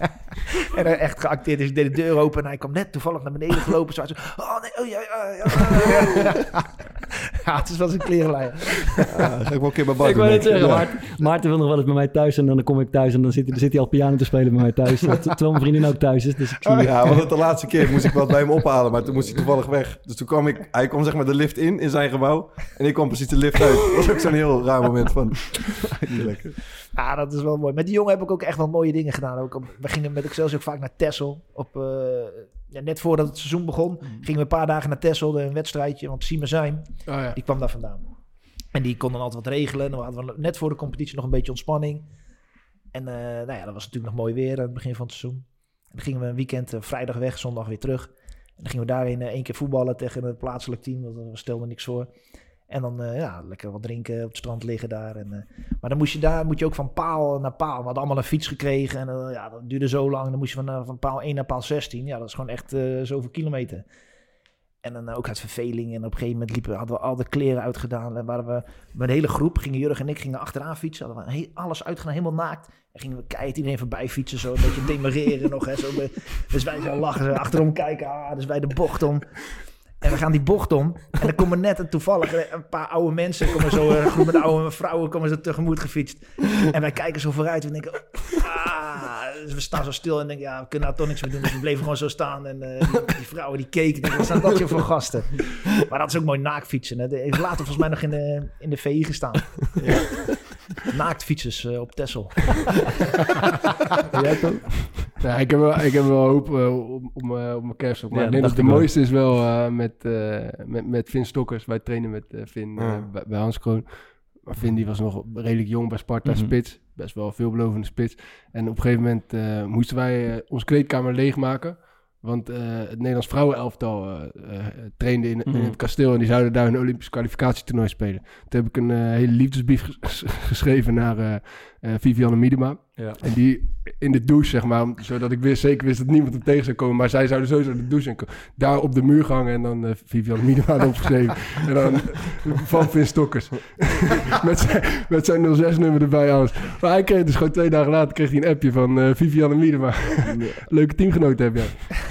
En hij echt geacteerd. Dus ik deed de deur open en hij kwam net toevallig naar beneden gelopen. Zo, oh nee, oh ja, ja, ja. Ja, het is wel zijn klerenlijn. Ja, ga ik wel een keer bij Bart. Ik wil het zeggen, ja. Maarten, Maarten wil nog wel eens bij mij thuis en dan kom ik thuis en dan zit, zit hij al piano te spelen bij mij thuis. Terwijl mijn vriendin ook thuis is. Dus ik zie oh, ja, want de laatste keer moest ik wat bij hem ophalen, maar toen moest hij toevallig weg. Dus toen kwam ik, hij kwam zeg maar de lift in, in zijn gebouw. En ik kwam precies de lift uit. Dat was ook zo'n heel raar moment van, niet lekker. Ja, dat is wel mooi. Met die jongen heb ik ook echt wel mooie dingen gedaan. Ook op, we gingen met Excelsior ook vaak naar Texel. Op, uh, ja, net voordat het seizoen begon, mm. gingen we een paar dagen naar Texel, een wedstrijdje. Want Siem Zijn, oh, ja. die kwam daar vandaan. En die kon dan altijd wat regelen. Dan hadden we net voor de competitie nog een beetje ontspanning. En uh, nou ja, dat was natuurlijk nog mooi weer aan het begin van het seizoen. En dan gingen we een weekend uh, vrijdag weg, zondag weer terug. En dan gingen we daarin uh, één keer voetballen tegen het plaatselijk team. Dat stelde niks voor. En dan uh, ja, lekker wat drinken, op het strand liggen daar. En, uh, maar dan moest je daar moet je ook van paal naar paal. We hadden allemaal een fiets gekregen. En uh, ja, dat duurde zo lang. Dan moest je van, uh, van paal één naar paal zestien. Ja, dat is gewoon echt uh, zoveel kilometer. En dan uh, ook uit verveling. En op een gegeven moment liepen, hadden we al de kleren uitgedaan. En waren we met een hele groep, gingen Jurgen en ik gingen achteraan fietsen. Hadden we he- alles uitgedaan, helemaal naakt. En gingen we keihard iedereen voorbij fietsen. Zo een beetje demareren nog. Hè, zo, dus wij zo lachen, zo achterom kijken. Ah, dus wij de bocht om. En we gaan die bocht om. En dan komen net en toevallig een paar oude mensen. Komen zo, een groep met oude vrouwen komen zo tegemoet gefietst. En wij kijken zo vooruit. En denken, ah, dus we staan zo stil. En denken, ja, we kunnen nou toch niks meer doen. Dus we bleven gewoon zo staan. En uh, die, die vrouwen die keken. Denken, wat zijn dat voor gasten? Maar dat is ook mooi naaktfietsen. Hè? Die heeft later volgens mij nog in de, in de V I gestaan. Ja. Naaktfietsers uh, op Texel. Jij toch? Ja, ik heb wel, ik heb wel hoop uh, om, om, uh, op mijn kerst op. Maar Ja, ik denk dat dat de dacht ik mooiste is wel uh, met, uh, met, met Vin Stokkers. Wij trainen met uh, Vin uh, Ja. bij, bij Hans Kroon. Maar Vin die was nog redelijk jong bij Sparta, Mhm. spits. Best wel veelbelovende spits. En op een gegeven moment uh, moesten wij uh, onze kleedkamer leegmaken. Want uh, het Nederlands vrouwenelftal uh, uh, trainde in, in Mhm. het kasteel. En die zouden daar een Olympisch kwalificatietoernooi spelen. Toen heb ik een uh, hele liefdesbrief ges- geschreven naar uh, uh, Vivianne Miedema. Ja. En die in de douche, zeg maar, om- zodat ik wist, zeker wist dat niemand hem tegen zou komen. Maar zij zouden sowieso de douche in komen. Daar op de muur gehangen en dan uh, Vivianne Miedema erop geschreven. En dan uh, van Vin Stokkers. met zijn, met zijn nul zes nummer erbij, alles. Maar hij kreeg dus gewoon twee dagen later kreeg hij een appje van uh, Vivianne Miedema. Leuke teamgenoten heb jij.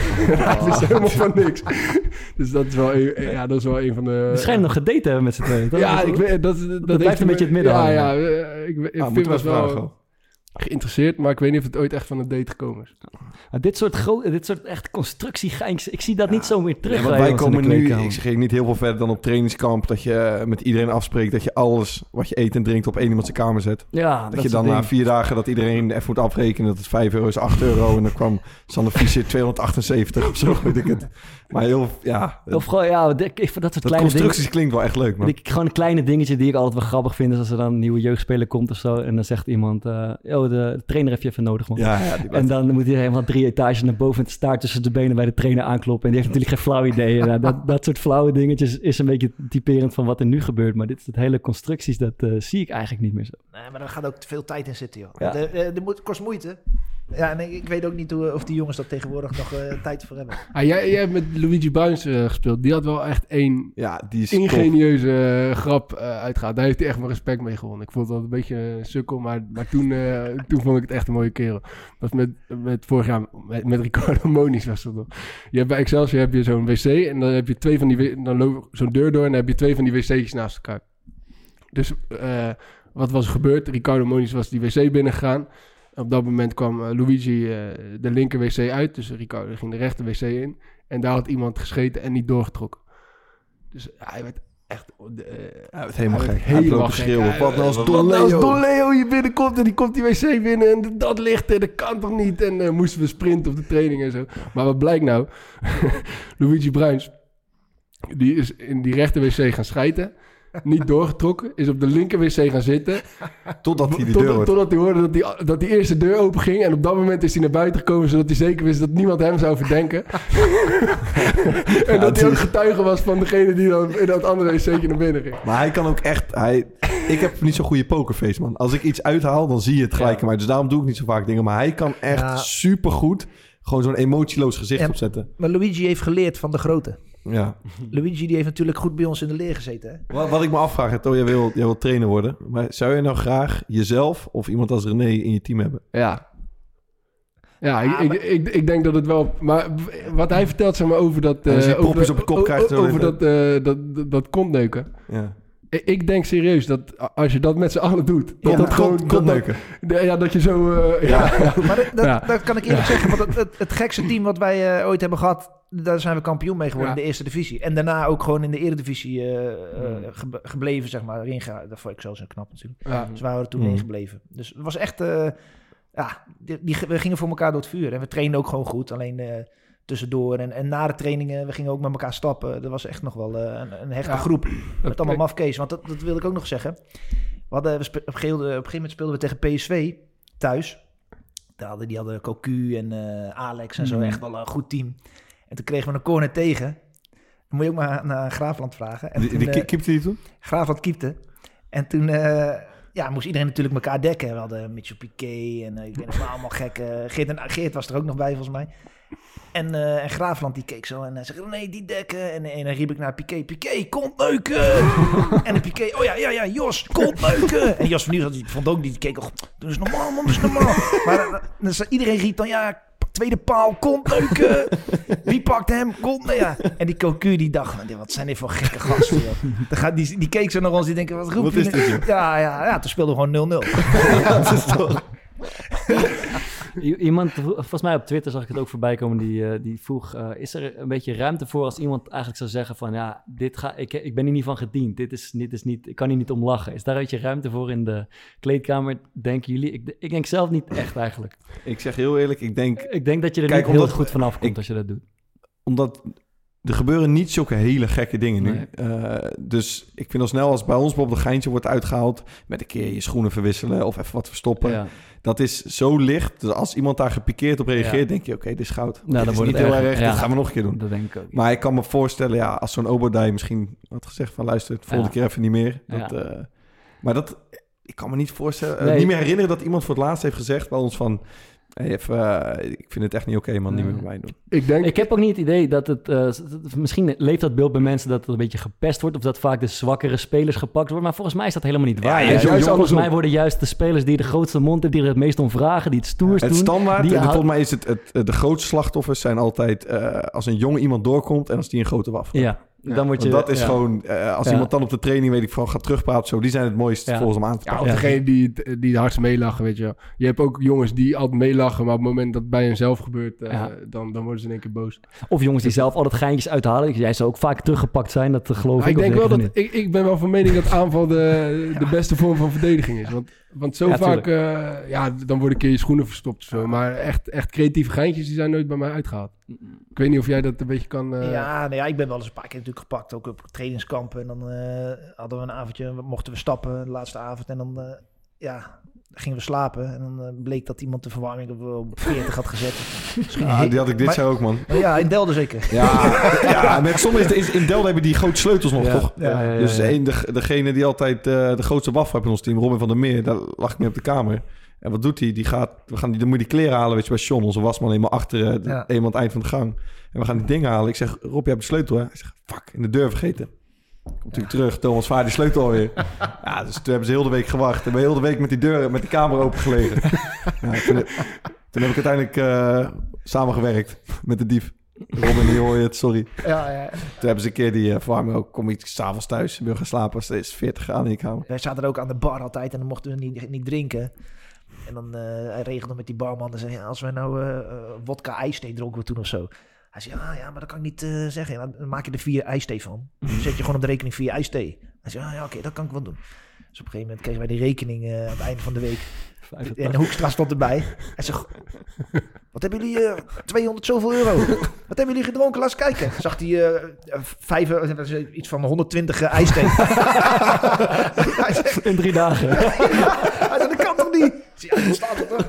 Hij wist helemaal van niks. Dus dat is wel een, ja, dat is wel een van de... We schijnen nog gedate te hebben met z'n tweeën. toch? Ja, ik weet, dat, dat, dat blijft heeft een beetje het midden Ja, hangen. ja. uh, ik, ik, Ah, Vin moeten we was even wel vragen. geïnteresseerd, maar ik weet niet of het ooit echt van een date gekomen is. Maar dit soort, gro- dit soort echt constructiegeinks, ik zie dat niet zo meer terug. Ja, want bij wij ons in de komen nu, kleedkamer. ik zeg niet heel veel verder dan op trainingskamp, dat je met iedereen afspreekt dat je alles wat je eet en drinkt op één iemand zijn kamer zet. Ja, Dat, dat je is dan het na ding. vier dagen dat iedereen even moet afrekenen dat het vijf euro is, acht euro. En dan kwam Sander Fischer tweehonderdachtenzeventig of zo, weet ik het. Maar heel, ja, Of gewoon, ja, ik ik vind dat soort dat kleine constructies dingen. klinkt wel echt leuk, man. Ik, gewoon een kleine dingetje die ik altijd wel grappig vind, is als er dan een nieuwe jeugdspeler komt of zo. En dan zegt iemand, uh, oh, de, de trainer heb je even nodig, man. Ja, ja, die En dan moet iedereen van drie etages naar boven met de staart tussen de benen bij de trainer aankloppen. En die heeft natuurlijk geen flauw idee. En, uh, dat, dat soort flauwe dingetjes is een beetje typerend van wat er nu gebeurt. Maar dit soort hele constructies, dat uh, zie ik eigenlijk niet meer zo. Nee, maar daar gaat ook te veel tijd in zitten, joh. Ja. De, de, de moet, kost moeite. Ja, en ik, ik weet ook niet hoe, of die jongens daar tegenwoordig nog uh, tijd voor hebben. Ah, jij, jij hebt met Luigi Bruins uh, gespeeld. Die had wel echt één ja, die is top. ingenieuze uh, grap uh, uitgehaald. Daar heeft hij echt mijn respect mee gewonnen. Ik vond dat een beetje een sukkel, maar, maar toen, uh, toen vond ik het echt een mooie kerel. Dat was met, met vorig jaar, met, met Ricardo Moniz was dat nog. Je hebt bij Excelsior heb je zo'n wc en dan heb je twee van die, w- dan loop je zo'n deur door en dan heb je twee van die wc'tjes naast elkaar. Dus uh, wat was er gebeurd? Ricardo Moniz was die wc binnengegaan. Op dat moment kwam uh, Luigi uh, de linker wc uit. Dus Ricardo ging de rechter wc in. En daar had iemand gescheten en niet doorgetrokken. Dus hij werd echt... Uh, Hij werd helemaal hij werd gek. Hij helemaal lopen gek. schreeuwen. Hij- Wat nou als wat Don nou als Leo? Don Leo hier binnenkomt en die komt die wc binnen en dat ligt er, dat kan toch niet? En uh, moesten we sprinten op de training en zo. Maar wat blijkt nou? Luigi Bruins, die is in die rechter wc gaan schijten. Niet doorgetrokken, is op de linker wc gaan zitten. Totdat hij die Tot- deur hoort. Totdat hij hoorde dat die, dat die eerste deur open ging. En op dat moment is hij naar buiten gekomen, zodat hij zeker wist dat niemand hem zou verdenken. en Ja, dat die- hij ook getuige was van degene die dan in dat andere wc'tje naar binnen ging. Maar hij kan ook echt... Hij, ik heb niet zo'n goede pokerface, man. Als ik iets uithaal, dan zie je het gelijk. Ja. Maar dus daarom doe ik niet zo vaak dingen. Maar hij kan echt Ja. supergoed gewoon zo'n emotieloos gezicht Ja. opzetten. Maar Luigi heeft geleerd van de grote. Ja. Luigi die heeft natuurlijk goed bij ons in de leer gezeten. Hè? Wat, wat ik me afvraag, hè, Toon, jij wil, jij wil trainer worden. Maar zou je nou graag jezelf of iemand als René in je team hebben? Ja. Ja, Ja, ik, maar- ik, ik, ik denk dat het wel... Maar wat hij vertelt, zeg maar, over dat... Ja, als je eh, over popjes dat- op je kop o- krijgt, o- zo Over even- dat, eh, dat, dat, dat kontneuken. Ja. Ik, ik denk serieus dat a- als je dat met z'n allen doet... Dat Ja, dat maar gewoon... kont- dat- kontneuken. dat- Ja, dat je zo... eh, ja. Ja. Maar dat, dat, Ja. dat kan ik eerlijk zeggen. Want het, het, het gekste team wat wij uh, ooit hebben gehad... daar zijn we kampioen mee geworden Ja. in de eerste divisie. En daarna ook gewoon in de eredivisie uh, uh, Hmm. ge- gebleven, zeg maar. Erin gegaan. Dat vond ik zelfs een knap natuurlijk. Ja. Dus we waren er toen Hmm. in gebleven. Dus het was echt... Uh, ja, die, die, we gingen voor elkaar door het vuur. En we trainden ook gewoon goed. Alleen... Uh, tussendoor. En, en na de trainingen, we gingen ook met elkaar stappen. Er was echt nog wel uh, een, een hechte Ja. groep. Met allemaal Oké. mafkees. Want dat, dat wil ik ook nog zeggen. We hadden, we spe- op, een gegeven, op een gegeven moment speelden we tegen P S V thuis. Daar hadden, die hadden Cocu en uh, Alex en zo. Mm. Echt wel een goed team. En toen kregen we een corner tegen. Dan moet je ook maar naar Graafland vragen. En Die, toen, die uh, keepte die toen? Graafland keepte. En toen... Uh, ja, moest iedereen natuurlijk elkaar dekken. We hadden Mitchell Piqué en uh, ik weet nog wel allemaal gek. Uh, Geert, en, Geert was er ook nog bij, volgens mij. En, uh, en Graafland die keek zo en uh, zei, nee, die dekken. En, en dan riep ik naar Piqué, Piqué, komt neuken. En de Piqué, oh ja, ja, ja, Jos, komt neuken. En Jos van Nieuws, die vond ook niet, die keek, oh, doe eens normaal, man, doe eens normaal. Maar uh, dus iedereen riep dan, ja, tweede paal, kont leuken. Wie pakt hem? Kont, nou ja. En die Cocu die dacht, van, wat zijn dit voor gekke gasten, joh. Dan gaat, die, die keek zo naar ons, die denken, wat roep Wat je? is dit, joh? Ja, ja, ja, toen speelden we gewoon nul nul. Ja, dat is toch... I- Iemand, volgens mij op Twitter zag ik het ook voorbij komen, die, uh, die vroeg, uh, is er een beetje ruimte voor als iemand eigenlijk zou zeggen van, ja, dit ga, ik, ik ben hier niet van gediend, dit is, dit is niet, ik kan hier niet om lachen. Is daar een beetje ruimte voor in de kleedkamer, denken jullie? Ik, ik denk zelf niet echt eigenlijk. Ik zeg heel eerlijk, ik denk... Ik denk dat je er Kijk, niet heel omdat- goed vanaf komt ik- als je dat doet. Omdat er gebeuren niet zulke hele gekke dingen nu. Nee. Uh, dus ik vind al snel als bij ons bijvoorbeeld een geintje wordt uitgehaald... met een keer je schoenen verwisselen of even wat verstoppen... Ja. Dat is zo licht. Dus als iemand daar gepikeerd op reageert, Ja. denk je... oké, dit is goud. Nou, dan dit is wordt niet het heel erger. erg, Ja. dit gaan we nog een keer doen. Dat denk ik ook. Maar ik kan me voorstellen, ja, als zo'n Obadai misschien had gezegd van... luister, de volgende Ja. keer even niet meer. Dat, Ja. uh, maar dat... Ik kan me niet voorstellen... uh, Nee. niet meer herinneren dat iemand voor het laatst heeft gezegd bij ons van... Hey, even, uh, ik vind het echt niet oké, man. Niet meer met mij doen. Ik denk... Ik heb ook niet het idee dat het... Uh, misschien leeft dat beeld bij mensen dat het een beetje gepest wordt... of dat vaak de zwakkere spelers gepakt worden. Maar volgens mij is dat helemaal niet waar. Ja, Juist- juist volgens andersom. mij worden juist de spelers die de grootste mond hebben... die er het meest om vragen, die het stoers Het doen... standaard, die en hou- volgens mij is het, het... De grootste slachtoffers zijn altijd... Uh, als een jong iemand doorkomt en als die een grote waf heeft. Ja, dan word je... Want dat is ja. gewoon... Uh, als Ja. iemand dan op de training, weet ik van, gaat terugpraten zo... die zijn het mooiste Ja. volgens hem aan te Ja, pakken. of Ja. degene die, het- die het hardst meelachen, weet je wel. Je hebt ook jongens die altijd meelachen, maar op het moment dat het bij henzelf gebeurt, uh, Ja. dan, dan worden ze in één keer boos. Of jongens die zelf altijd geintjes uithalen. Jij zou ook vaak teruggepakt zijn, dat geloof Maar ik. ik denk of wel denk dat, je niet? ik, ik ben wel van mening dat aanval de, de beste vorm van verdediging is. Want, want zo Ja, vaak, uh, ja, dan worden een keer je schoenen verstopt of zo. Maar echt, echt creatieve geintjes, die zijn nooit bij mij uitgehaald. Ik weet niet of jij dat een beetje kan... Uh... Ja, nou ja, ik ben wel eens een paar keer natuurlijk gepakt, ook op trainingskampen. En dan uh, hadden we een avondje, mochten we stappen, de laatste avond. En dan, uh, ja, gingen we slapen. En dan uh, bleek dat iemand de verwarming op, op veertig had gezet. Misschien Ja, die had ik dit maar- jaar ook, man. Maar ja, in Delden zeker. Ja, ja met soms is, is in Delden hebben die grote sleutels nog, Ja. toch? Ja, ja, ja, Dus ja. één, de, degene die altijd uh, de grootste waf heeft in ons team, Robin van der Meer, daar lag ik mee op de kamer. En wat doet hij? Die gaat, we gaan die, dan moet je die kleren halen, weet je, bij Sean, onze wasman, helemaal achter, uh, de, Ja. helemaal aan het eind van de gang. En we gaan die dingen halen. Ik zeg, Rob, je hebt de sleutel, hè? Hij zegt, fuck, in de deur vergeten. Komt natuurlijk terug, Thomas vaar die sleutel alweer. Ja, dus toen hebben ze heel de week gewacht. En we heel de week met die deur, met die kamer open gelegen. Ja, toen, toen heb ik uiteindelijk uh, samengewerkt met de dief. Robin, die hoor je het, sorry. Ja, ja. Toen hebben ze een keer die uh, verwarming ook. Kom ik s'avonds thuis, wil gaan slapen. Was steeds veertig graden in die kamer. Wij zaten er ook aan de bar altijd en dan mochten we niet, niet drinken. En dan uh, hij regelde met die barman en zei, ja, als wij nou uh, uh, wodka ijsthee dronken we toen of zo. Hij zei, ah, ja, maar dat kan ik niet uh, zeggen. Ja, dan maak je er vier ijsthee van. Dan zet je gewoon op de rekening vier ijsthee. Hij zei, ah, ja, oké, okay, dat kan ik wel doen. Dus op een gegeven moment kregen wij die rekening uh, aan het einde van de week. En Hoekstra stond erbij. Hij zegt, wat hebben jullie, uh, tweehonderd zoveel euro? Wat hebben jullie gedronken? Laat eens kijken. Zag hij uh, vijf, uh, iets van honderdtwintig uh, ijsthee. Hij zegt, in drie dagen. hij zegt, dat kan toch niet? Ja, dat staat er toch?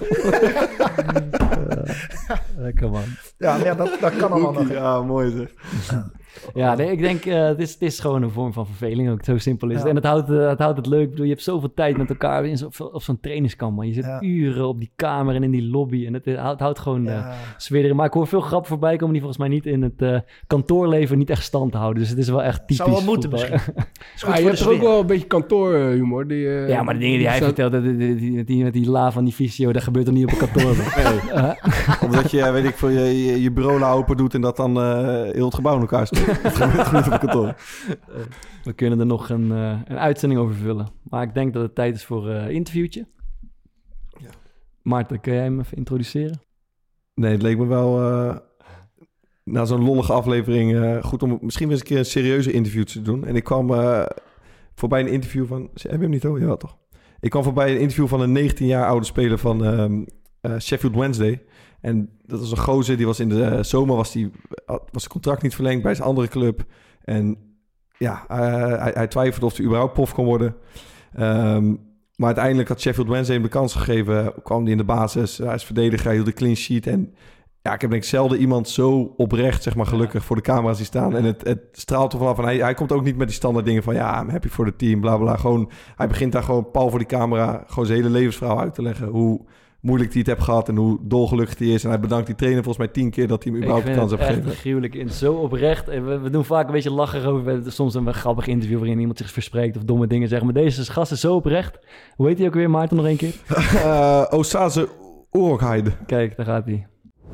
Lekker man. Ja, maar ja, dat, dat kan allemaal nog. Ja, mooi zeg. Ja, nee, ik denk, uh, het, is, het is gewoon een vorm van verveling ook. Zo simpel is het. Ja. En het houdt, uh, het houdt het leuk. Ik bedoel, je hebt zoveel tijd met elkaar in zo, op zo'n trainingskamp, man. Je zit Ja. uren op die kamer en in die lobby. En het, het houdt, houdt gewoon uh, Ja. sfeer erin. Maar ik hoor veel grappen voorbij komen die volgens mij niet in het uh, kantoorleven niet echt stand houden. Dus het is wel echt typisch Zou wel moeten voetbal. misschien. Is goed Ja, je voor hebt de toch ook sfeer. wel een beetje kantoorhumor. Die, uh, Ja, maar de dingen die hij staat- vertelt, die, die, die, die, met die la van die fysio, dat gebeurt er niet op een kantoor. Nee. Uh, Omdat je, weet ik veel, je, je, je bureau la open doet en dat dan uh, heel het gebouw in elkaar steekt. Dat gebeurt niet op het kantoor. we kunnen er nog een, uh, een uitzending over vullen. Maar ik denk dat het tijd is voor een uh, interviewtje. Ja. Maarten, kun jij hem even introduceren? Nee, het leek me wel uh, na zo'n lollige aflevering uh, goed om misschien wel eens een keer een serieuze interview te doen. En ik kwam uh, voorbij een interview van... Heb je hem niet hoor? Ja, toch? Ik kwam voorbij een interview van een negentien jaar oude speler van um, uh, Sheffield Wednesday. En dat was een gozer, die was in de uh, zomer, was, die, was zijn contract niet verlengd bij zijn andere club. En ja, uh, hij, hij twijfelde of hij überhaupt prof kon worden. Um, maar uiteindelijk had Sheffield Wednesday hem de kans gegeven. Kwam hij in de basis, hij is verdediger, hij hield een clean sheet. En ja, ik heb denk ik zelden iemand zo oprecht, zeg maar, gelukkig voor de camera's zien staan. En het, het straalt er vanaf. En hij, hij komt ook niet met die standaard dingen van... ja, I'm happy voor het team, bla bla. Gewoon, hij begint daar gewoon pal voor die camera... gewoon zijn hele levensverhaal uit te leggen. Hoe moeilijk hij het heeft gehad en hoe dolgelukkig hij is. En hij bedankt die trainer volgens mij tien keer... dat hij hem überhaupt de kans heeft gegeven. Ik vind het echt gruwelijk in. Zo oprecht. En we, we doen vaak een beetje lachen over... We hebben soms een grappig interview waarin iemand zich verspreekt... of domme dingen zegt. Maar deze gast is zo oprecht. Hoe heet hij ook weer, Maarten, nog een keer? uh, Osaze Oorgheide. Kijk, daar gaat hij.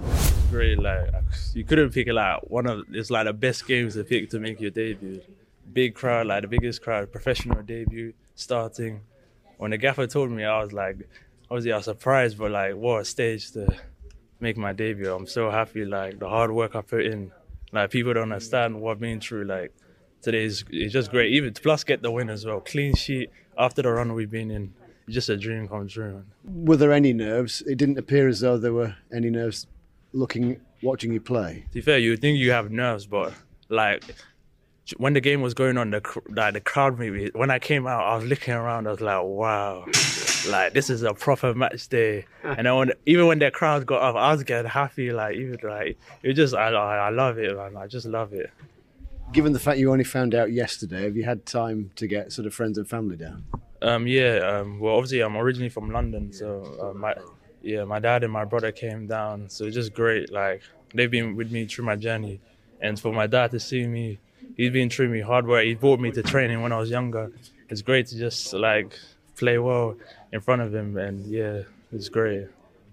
great. Like you couldn't pick like one of it's like the best games to pick to make your debut. Big crowd, like the biggest crowd, professional debut, starting. When the gaffer told me, I was like, obviously I was surprised, but like what a stage to make my debut. I'm so happy, like the hard work I put in. Like people don't understand what I've been through. Like today is it's just great. Even plus get the win as well. Clean sheet after the run we've been in. It's just a dream come true. Were there any nerves? It didn't appear as though there were any nerves looking, watching you play. To be fair, you would think you have nerves, but like when the game was going on, the like the crowd maybe when I came out, I was looking around. I was like, wow, like this is a proper match day. And then when, even when the crowd got up, I was getting happy. Like even like it just I I love it, man. I just love it. Given the fact you only found out yesterday, have you had time to get sort of friends and family down? Um, yeah. Um, well, obviously I'm originally from London, so uh, my yeah my dad and my brother came down. So it's just great. Like they've been with me through my journey, and for my dad to see me. He's been treating me hard work. He brought me to training when I was younger. It's great to just like play well in front of him. And yeah, it's great.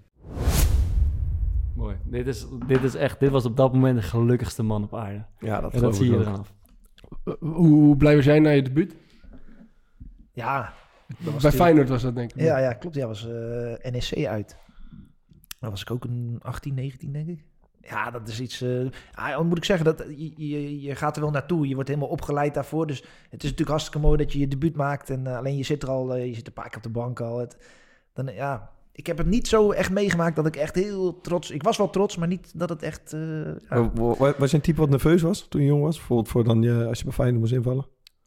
Mooi. Dit is, dit is echt, dit was op dat moment de gelukkigste man op aarde. Ja, dat, en dat zie je ook. eraan. Hoe, hoe blij was jij na je debuut? Ja. Bij natuurlijk... Feyenoord was dat denk ik. Ja, ja klopt. Ja, was uh, N E C uit. Dan was ik ook een achttien, negentien denk ik. Ja, dat is iets... Uh, ah, moet ik zeggen, dat, je, je, je gaat er wel naartoe. Je wordt helemaal opgeleid daarvoor. Dus het is natuurlijk hartstikke mooi dat je je debuut maakt. En uh, alleen je zit er al... Uh, je zit een paar keer op de bank al. Het, dan, ja, ik heb het niet zo echt meegemaakt dat ik echt heel trots... Ik was wel trots, maar niet dat het echt... Uh, ja. Was je een type wat nerveus was toen je jong was? Bijvoorbeeld voor dan je, als je bij Feyenoord moest invallen?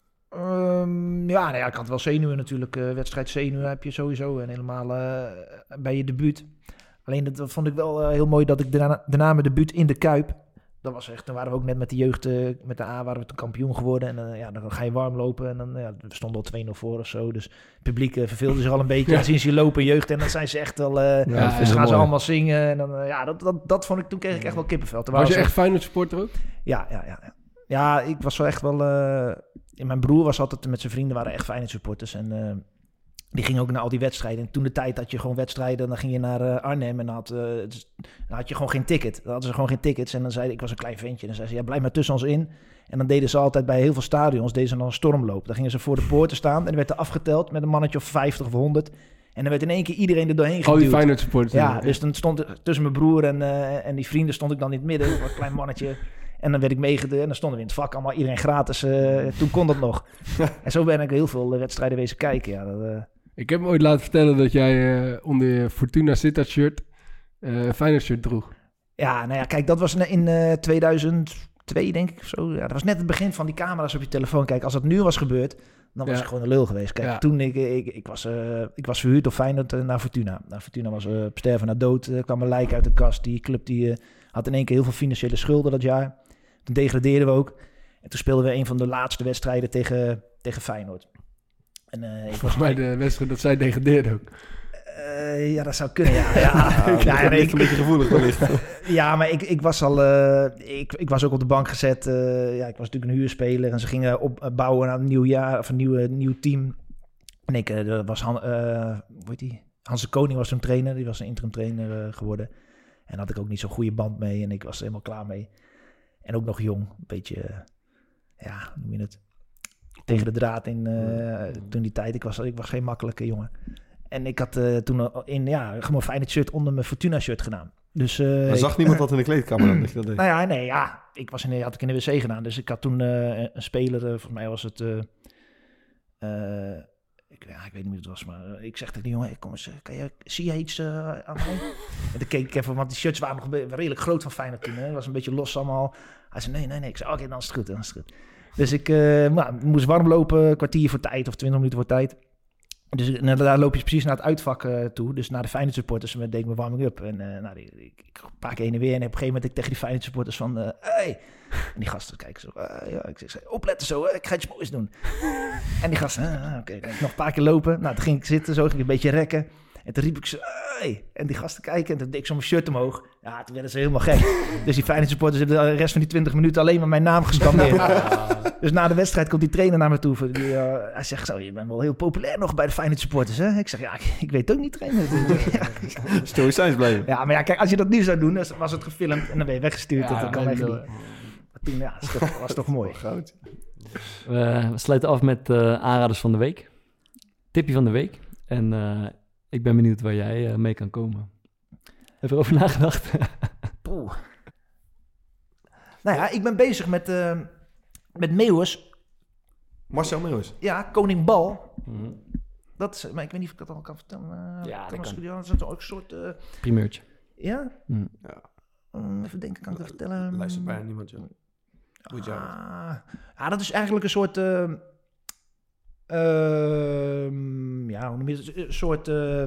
Um, ja, nou ja, ik had wel zenuwen natuurlijk. Uh, wedstrijdzenuwen heb je sowieso. En helemaal uh, bij je debuut. Alleen dat vond ik wel uh, heel mooi dat ik daarna, daarna mijn debuut in de Kuip. Dat was echt, dan waren we ook net met de jeugd, uh, met de A, waren we toen kampioen geworden. En uh, ja, dan ga je warm lopen en dan ja, we stonden al twee nul voor of zo. Dus het publiek uh, verveelde zich al een beetje. Ja. Dan zien ze je lopen jeugd en dan zijn ze echt wel... Uh, ja, dus gaan mooi. Ze allemaal zingen. En dan, uh, ja, dat, dat, dat vond ik, toen kreeg ik echt wel kippenvel. Was, was je echt Feyenoord supporter ook? Ja, ja, ja. Ja, ja ik was wel echt wel... Uh, mijn broer was altijd met zijn vrienden, waren echt Feyenoord supporters. En... Uh, die ging ook naar al die wedstrijden. En toen de tijd had je gewoon wedstrijden. Dan ging je naar uh, Arnhem en dan had, uh, dan had je gewoon geen ticket. Dan hadden ze gewoon geen tickets. En dan zei ik was een klein ventje. En dan zei ze, ja, blijf maar tussen ons in. En dan deden ze altijd bij heel veel stadions, deden ze dan een stormloop. Dan gingen ze voor de poorten staan. En er werd er afgeteld met een mannetje of vijftig of honderd. En dan werd in één keer iedereen er doorheen geduwd. Al die Feyenoord supporters. Ja, dus dan stond tussen mijn broer en, uh, en die vrienden stond ik dan in het midden. Een klein mannetje. En dan werd ik meegedeeld en dan stonden we in het vak allemaal iedereen gratis. Uh, toen kon dat nog. En zo ben ik heel veel wedstrijden wezen kijken. Ja, dat... Uh, Ik heb me ooit laten vertellen dat jij uh, onder je Fortuna Sittard shirt uh, Feyenoord shirt droeg. Ja, nou ja, kijk, dat was in uh, tweeduizend twee denk ik of zo. Ja, dat was net het begin van die camera's op je telefoon. Kijk, als dat nu was gebeurd, dan was ja. ik gewoon een lul geweest. Kijk, ja. toen ik, ik, ik, was, uh, ik was verhuurd door Feyenoord uh, naar Fortuna. Nou, Fortuna was uh, op sterven na dood. Er uh, kwam een lijk uit de kast. Die club die, uh, had in één keer heel veel financiële schulden dat jaar. Toen degradeerden we ook. En toen speelden we een van de laatste wedstrijden tegen, tegen Feyenoord. En, uh, ik Volgens mij de wedstrijd dat zij degradeerde ook. Uh, ja, dat zou kunnen, ja. ja. ja, ja ja ik, een beetje gevoelig wellicht. Ja, maar ik, ik was al... Uh, ik, ik was ook op de bank gezet. Uh, ja, ik was natuurlijk een huurspeler. En ze gingen opbouwen aan een nieuw jaar of een nieuw, nieuw team. En ik uh, was... Han, uh, hoe heet die? Hans de Koning was toen trainer. Die was een interim trainer uh, geworden. En had ik ook niet zo'n goede band mee. En ik was er helemaal klaar mee. En ook nog jong. Een beetje... Uh, ja, hoe noem je het? Tegen de draad in uh, toen die tijd. Ik was, ik was geen makkelijke jongen. En ik had uh, toen in ja, gewoon Feyenoord shirt onder mijn Fortuna shirt gedaan. Dus, uh, maar zag ik, niemand dat in de kleedkamer dan, dat je dat deed? Nou ja, nee, ja. Ik was in de, had ik in de wc gedaan. Dus ik had toen uh, een speler, uh, volgens mij was het... Uh, uh, ik, ja, ik weet niet wie het was, maar uh, ik zeg tegen die jongen, kom eens, kan je, zie je iets uh, aan mij? En toen keek ik even, want die shirts waren nog redelijk groot van Feyenoord toen. Het was een beetje los allemaal. Hij zei, nee, nee, nee. Ik zei, oké, okay, dan is het goed, dan is het goed. Dus ik uh, nou, moest warm lopen, een kwartier voor tijd of twintig minuten voor tijd. Dus nou, daar loop je precies naar het uitvak uh, toe. Dus naar de Feyenoord supporters. En deed ik mijn warming up. En uh, nou, ik, ik, ik een paar keer heen en weer. En op een gegeven moment ik tegen die Feyenoord supporters van... Uh, hey. En die gasten kijken zo. Uh, ja, ik zeg, opletten zo. Uh, ik ga iets moois doen. En die gasten, uh, oké. Okay, nog een paar keer lopen. Nou, toen ging ik zitten. Zo ging ik een beetje rekken. En toen riep ik ze, hey! En die gasten kijken en toen deed ik zo mijn shirt omhoog. Ja, toen werden ze helemaal gek. Dus die Feyenoord supporters hebben de rest van die twintig minuten alleen maar mijn naam gescandeerd. Dus na de wedstrijd komt die trainer naar me toe. Die, uh, hij zegt zo, je bent wel heel populair nog bij de Feyenoord supporters, hè? Ik zeg, ja, ik, ik weet ook niet, trainer. Stoïcijns blijven. Ja, maar ja, kijk, als je dat nu zou doen, dan was het gefilmd en dan ben je weggestuurd. Ja, dat kan en, echt uh, niet. Maar toen, ja, was toch, was toch mooi. Goud. We sluiten af met uh, aanraders van de week. Tipje van de week. En uh, ik ben benieuwd waar jij uh, mee kan komen. Heb je erover nagedacht? Poeh. Nou ja, ik ben bezig met, uh, met Meeuwis. Marcel Meeuwis. Ja, Koning Bal. Mm-hmm. Dat is, maar ik weet niet of ik dat al kan vertellen. Uh, Ja, dat kan. Dat is ook een soort... Uh, Primeurtje. ja? Mm. Ja. Um, even denken, kan ik dat vertellen? Luistert bijna niemand, joh. Goed, ja. Ah, ja, dat is eigenlijk een soort... Uh, uh, ja, hoe noem je het? Een soort... Uh,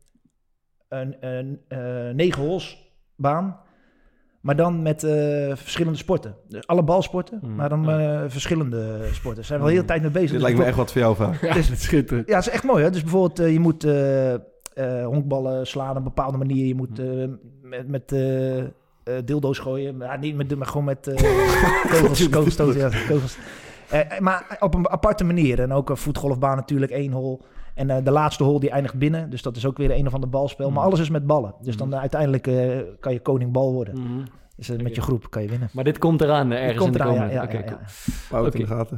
een, een uh, negen holes baan. Maar dan met uh, verschillende sporten. Dus alle balsporten, mm. maar dan uh, verschillende sporten. Ze zijn wel de hele tijd mee bezig. Dit dus lijkt me echt wat voor jou, vaak. Ja, dus, dat is schitterend. Ja, het is echt mooi. Hè? Dus bijvoorbeeld, uh, je moet uh, uh, honkballen slaan op een bepaalde manier. Je moet uh, met, met uh, uh, dildo's gooien. Maar niet met, maar gewoon met uh, kogels, kogels stoten. Ja, kogels. Uh, maar op een aparte manier. En ook een voetgolfbaan natuurlijk, één hole. En uh, de laatste hole die eindigt binnen. Dus dat is ook weer een of ander balspel. Mm. Maar alles is met ballen. Dus dan uh, uiteindelijk uh, kan je koning bal worden. Mm. Dus uh, met okay. je groep kan je winnen. Maar dit komt eraan uh, ergens komt in de eraan, komende. ja, Oké, ja, cool. Hou het Okay. in de gaten.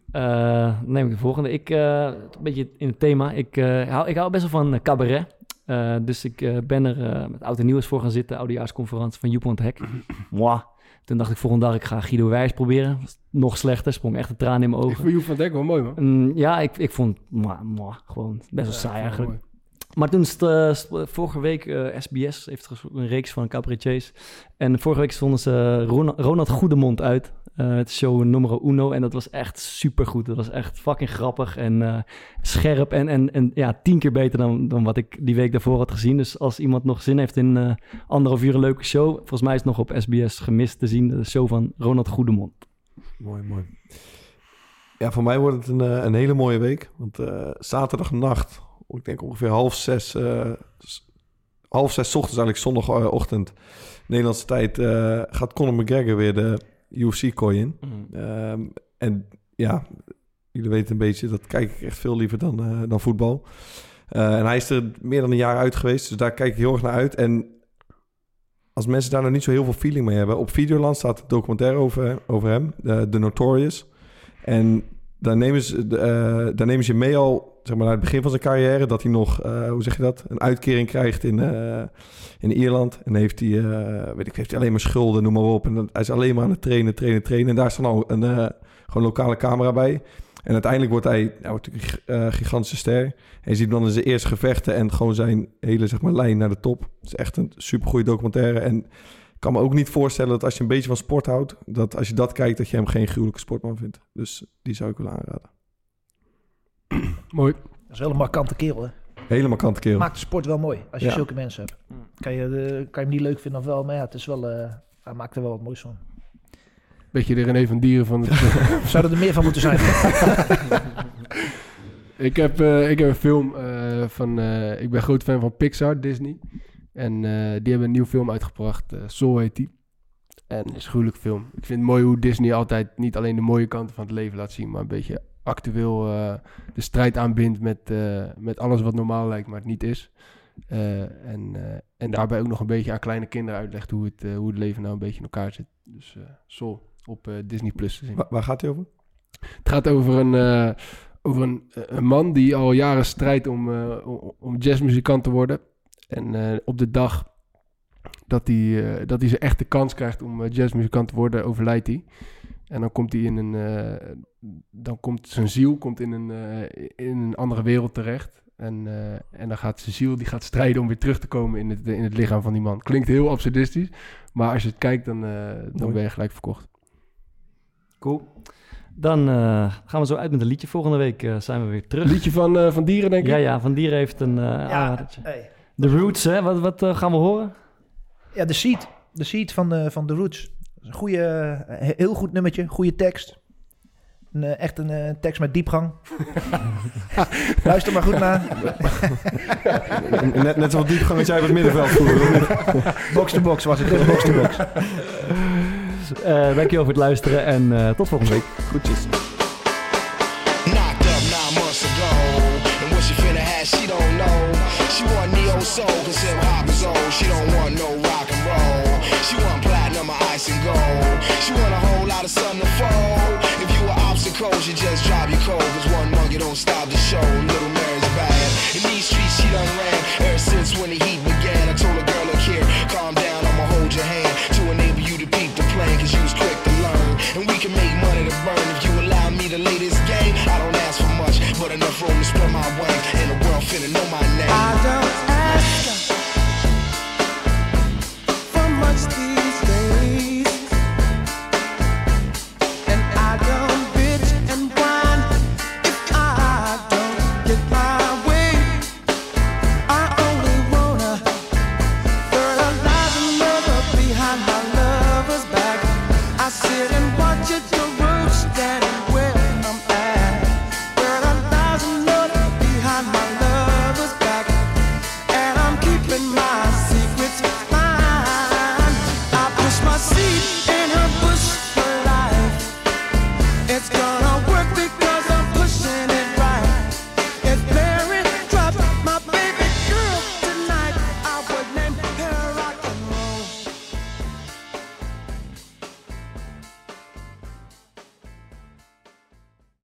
Uh, neem ik de volgende. Ik, uh, een beetje in het thema. Ik, uh, hou, ik hou best wel van uh, cabaret. Uh, dus ik uh, ben er uh, met oud en nieuws voor gaan zitten. Oudejaarsconferentie van Joep van het Hek. Mwah. Toen dacht ik volgende dag, ik ga Guido Wijs proberen. Nog slechter, sprong echt een traan in mijn ogen. Ik vond Joep van het Hek wel mooi, man. Um, ja, ik, ik vond mwah, mwah, gewoon best wel ja, saai eigenlijk. Mooi. Maar toen st- st- vorige week, uh, S B S heeft een reeks van cabaretiers. En vorige week stonden ze Ron- Ronald Goedemond uit. Uh, het show numero uno. En dat was echt supergoed. Dat was echt fucking grappig en uh, scherp. En, en, en ja, tien keer beter dan, dan wat ik die week daarvoor had gezien. Dus als iemand nog zin heeft in uh, anderhalf uur een leuke show. Volgens mij is het nog op S B S gemist te zien. De show van Ronald Goedemond. Mooi, mooi. Ja, voor mij wordt het een, een hele mooie week. Want uh, zaterdagnacht, ik denk ongeveer half zes... Uh, half zes ochtends, eigenlijk zondagochtend, Nederlandse tijd, uh, gaat Conor McGregor weer de U F C-kooi in. Mm. Um, en ja, jullie weten een beetje, dat kijk ik echt veel liever dan, uh, dan voetbal. Uh, en hij is er meer dan een jaar uit geweest, dus daar kijk ik heel erg naar uit. En als mensen daar nog niet zo heel veel feeling mee hebben, op Videoland staat een documentaire over, over hem, uh, The Notorious. En daar nemen, ze, uh, daar nemen ze mee al, zeg maar, naar het begin van zijn carrière, dat hij nog, uh, hoe zeg je dat, een uitkering krijgt in, uh, in Ierland. En heeft hij, uh, weet ik, heeft hij alleen maar schulden, noem maar op. En hij is alleen maar aan het trainen, trainen, trainen. En daar is dan al een uh, gewoon lokale camera bij. En uiteindelijk wordt hij nou, natuurlijk een uh, gigantische ster. En je ziet dan in zijn eerste gevechten en gewoon zijn hele, zeg maar, lijn naar de top. Het is echt een supergoeie documentaire. En ik kan me ook niet voorstellen dat als je een beetje van sport houdt, dat als je dat kijkt, dat je hem geen gruwelijke sportman vindt. Dus die zou ik willen aanraden. Mooi. Dat is wel een markante kerel, hè? Hele markante kerel. Maakt de sport wel mooi, als je ja. zulke mensen hebt. Kan je, uh, kan je hem niet leuk vinden of wel, maar ja, het is wel, uh, hij maakt er wel wat moois van. Beetje de René van Dieren van... Het... Zou er meer van moeten zijn? ik, heb, uh, ik heb een film uh, van... Uh, ik ben groot fan van Pixar, Disney. En uh, die hebben een nieuwe film uitgebracht. Uh, Soul heet die. En het is een gruwelijke film. Ik vind het mooi hoe Disney altijd niet alleen de mooie kanten van het leven laat zien, maar een beetje actueel uh, de strijd aanbindt met, uh, met alles wat normaal lijkt, maar het niet is. Uh, en, uh, en daarbij ook nog een beetje aan kleine kinderen uitlegt hoe het, uh, hoe het leven nou een beetje in elkaar zit. Dus uh, Soul op uh, Disney Plus te zien. Waar, waar gaat hij over? Het gaat over een, uh, over een, een man die al jaren strijdt om, uh, om, om jazzmuzikant te worden. En uh, op de dag dat hij, uh, dat hij zijn echte kans krijgt om uh, jazzmuzikant te worden, overlijdt hij. En dan komt hij in een, uh, dan komt zijn ziel komt in een, uh, in een andere wereld terecht. En, uh, en dan gaat zijn ziel die gaat strijden om weer terug te komen in het, in het lichaam van die man. Klinkt heel absurdistisch, maar als je het kijkt, dan, uh, dan ben je gelijk verkocht. Cool. Dan uh, gaan we zo uit met een liedje. Volgende week uh, zijn we weer terug. Liedje van, uh, van Dieren, denk ik? Ja, ja, Van Dieren heeft een uh, ja, aanradertje. Hey. The Roots, hè? Wat, wat uh, gaan we horen? Ja, The Seed. The Seed van, uh, van The Roots. Een goede, uh, heel goed nummertje, goede tekst. Een, uh, echt een uh, tekst met diepgang. Luister maar goed naar. net, net zoals diepgang als jij op het middenveld voerde. Box to box was het, dus box to box. Uh, dankjewel voor het luisteren en uh, tot volgende week. Groetjes. Knocked up nine months ago, and what she finna have, she don't know. She want neo soul, cause hip hop is old. She don't want no rock and roll. She want platinum or ice and gold. She want a whole lot of sun to fold. If you were obstacles, you just drive your cold. Cause one monkey don't stop the show. Little Mary's bad. In these streets, she done ran ever since when the heat began. I told a girl, look here, calm down, I'ma hold your hand to enable you to peep the plan. Cause you was quick to learn, and we can make money to burn. If you allow me to lay this game, I don't ask for much, but enough room to spread my wings. And the world finna know my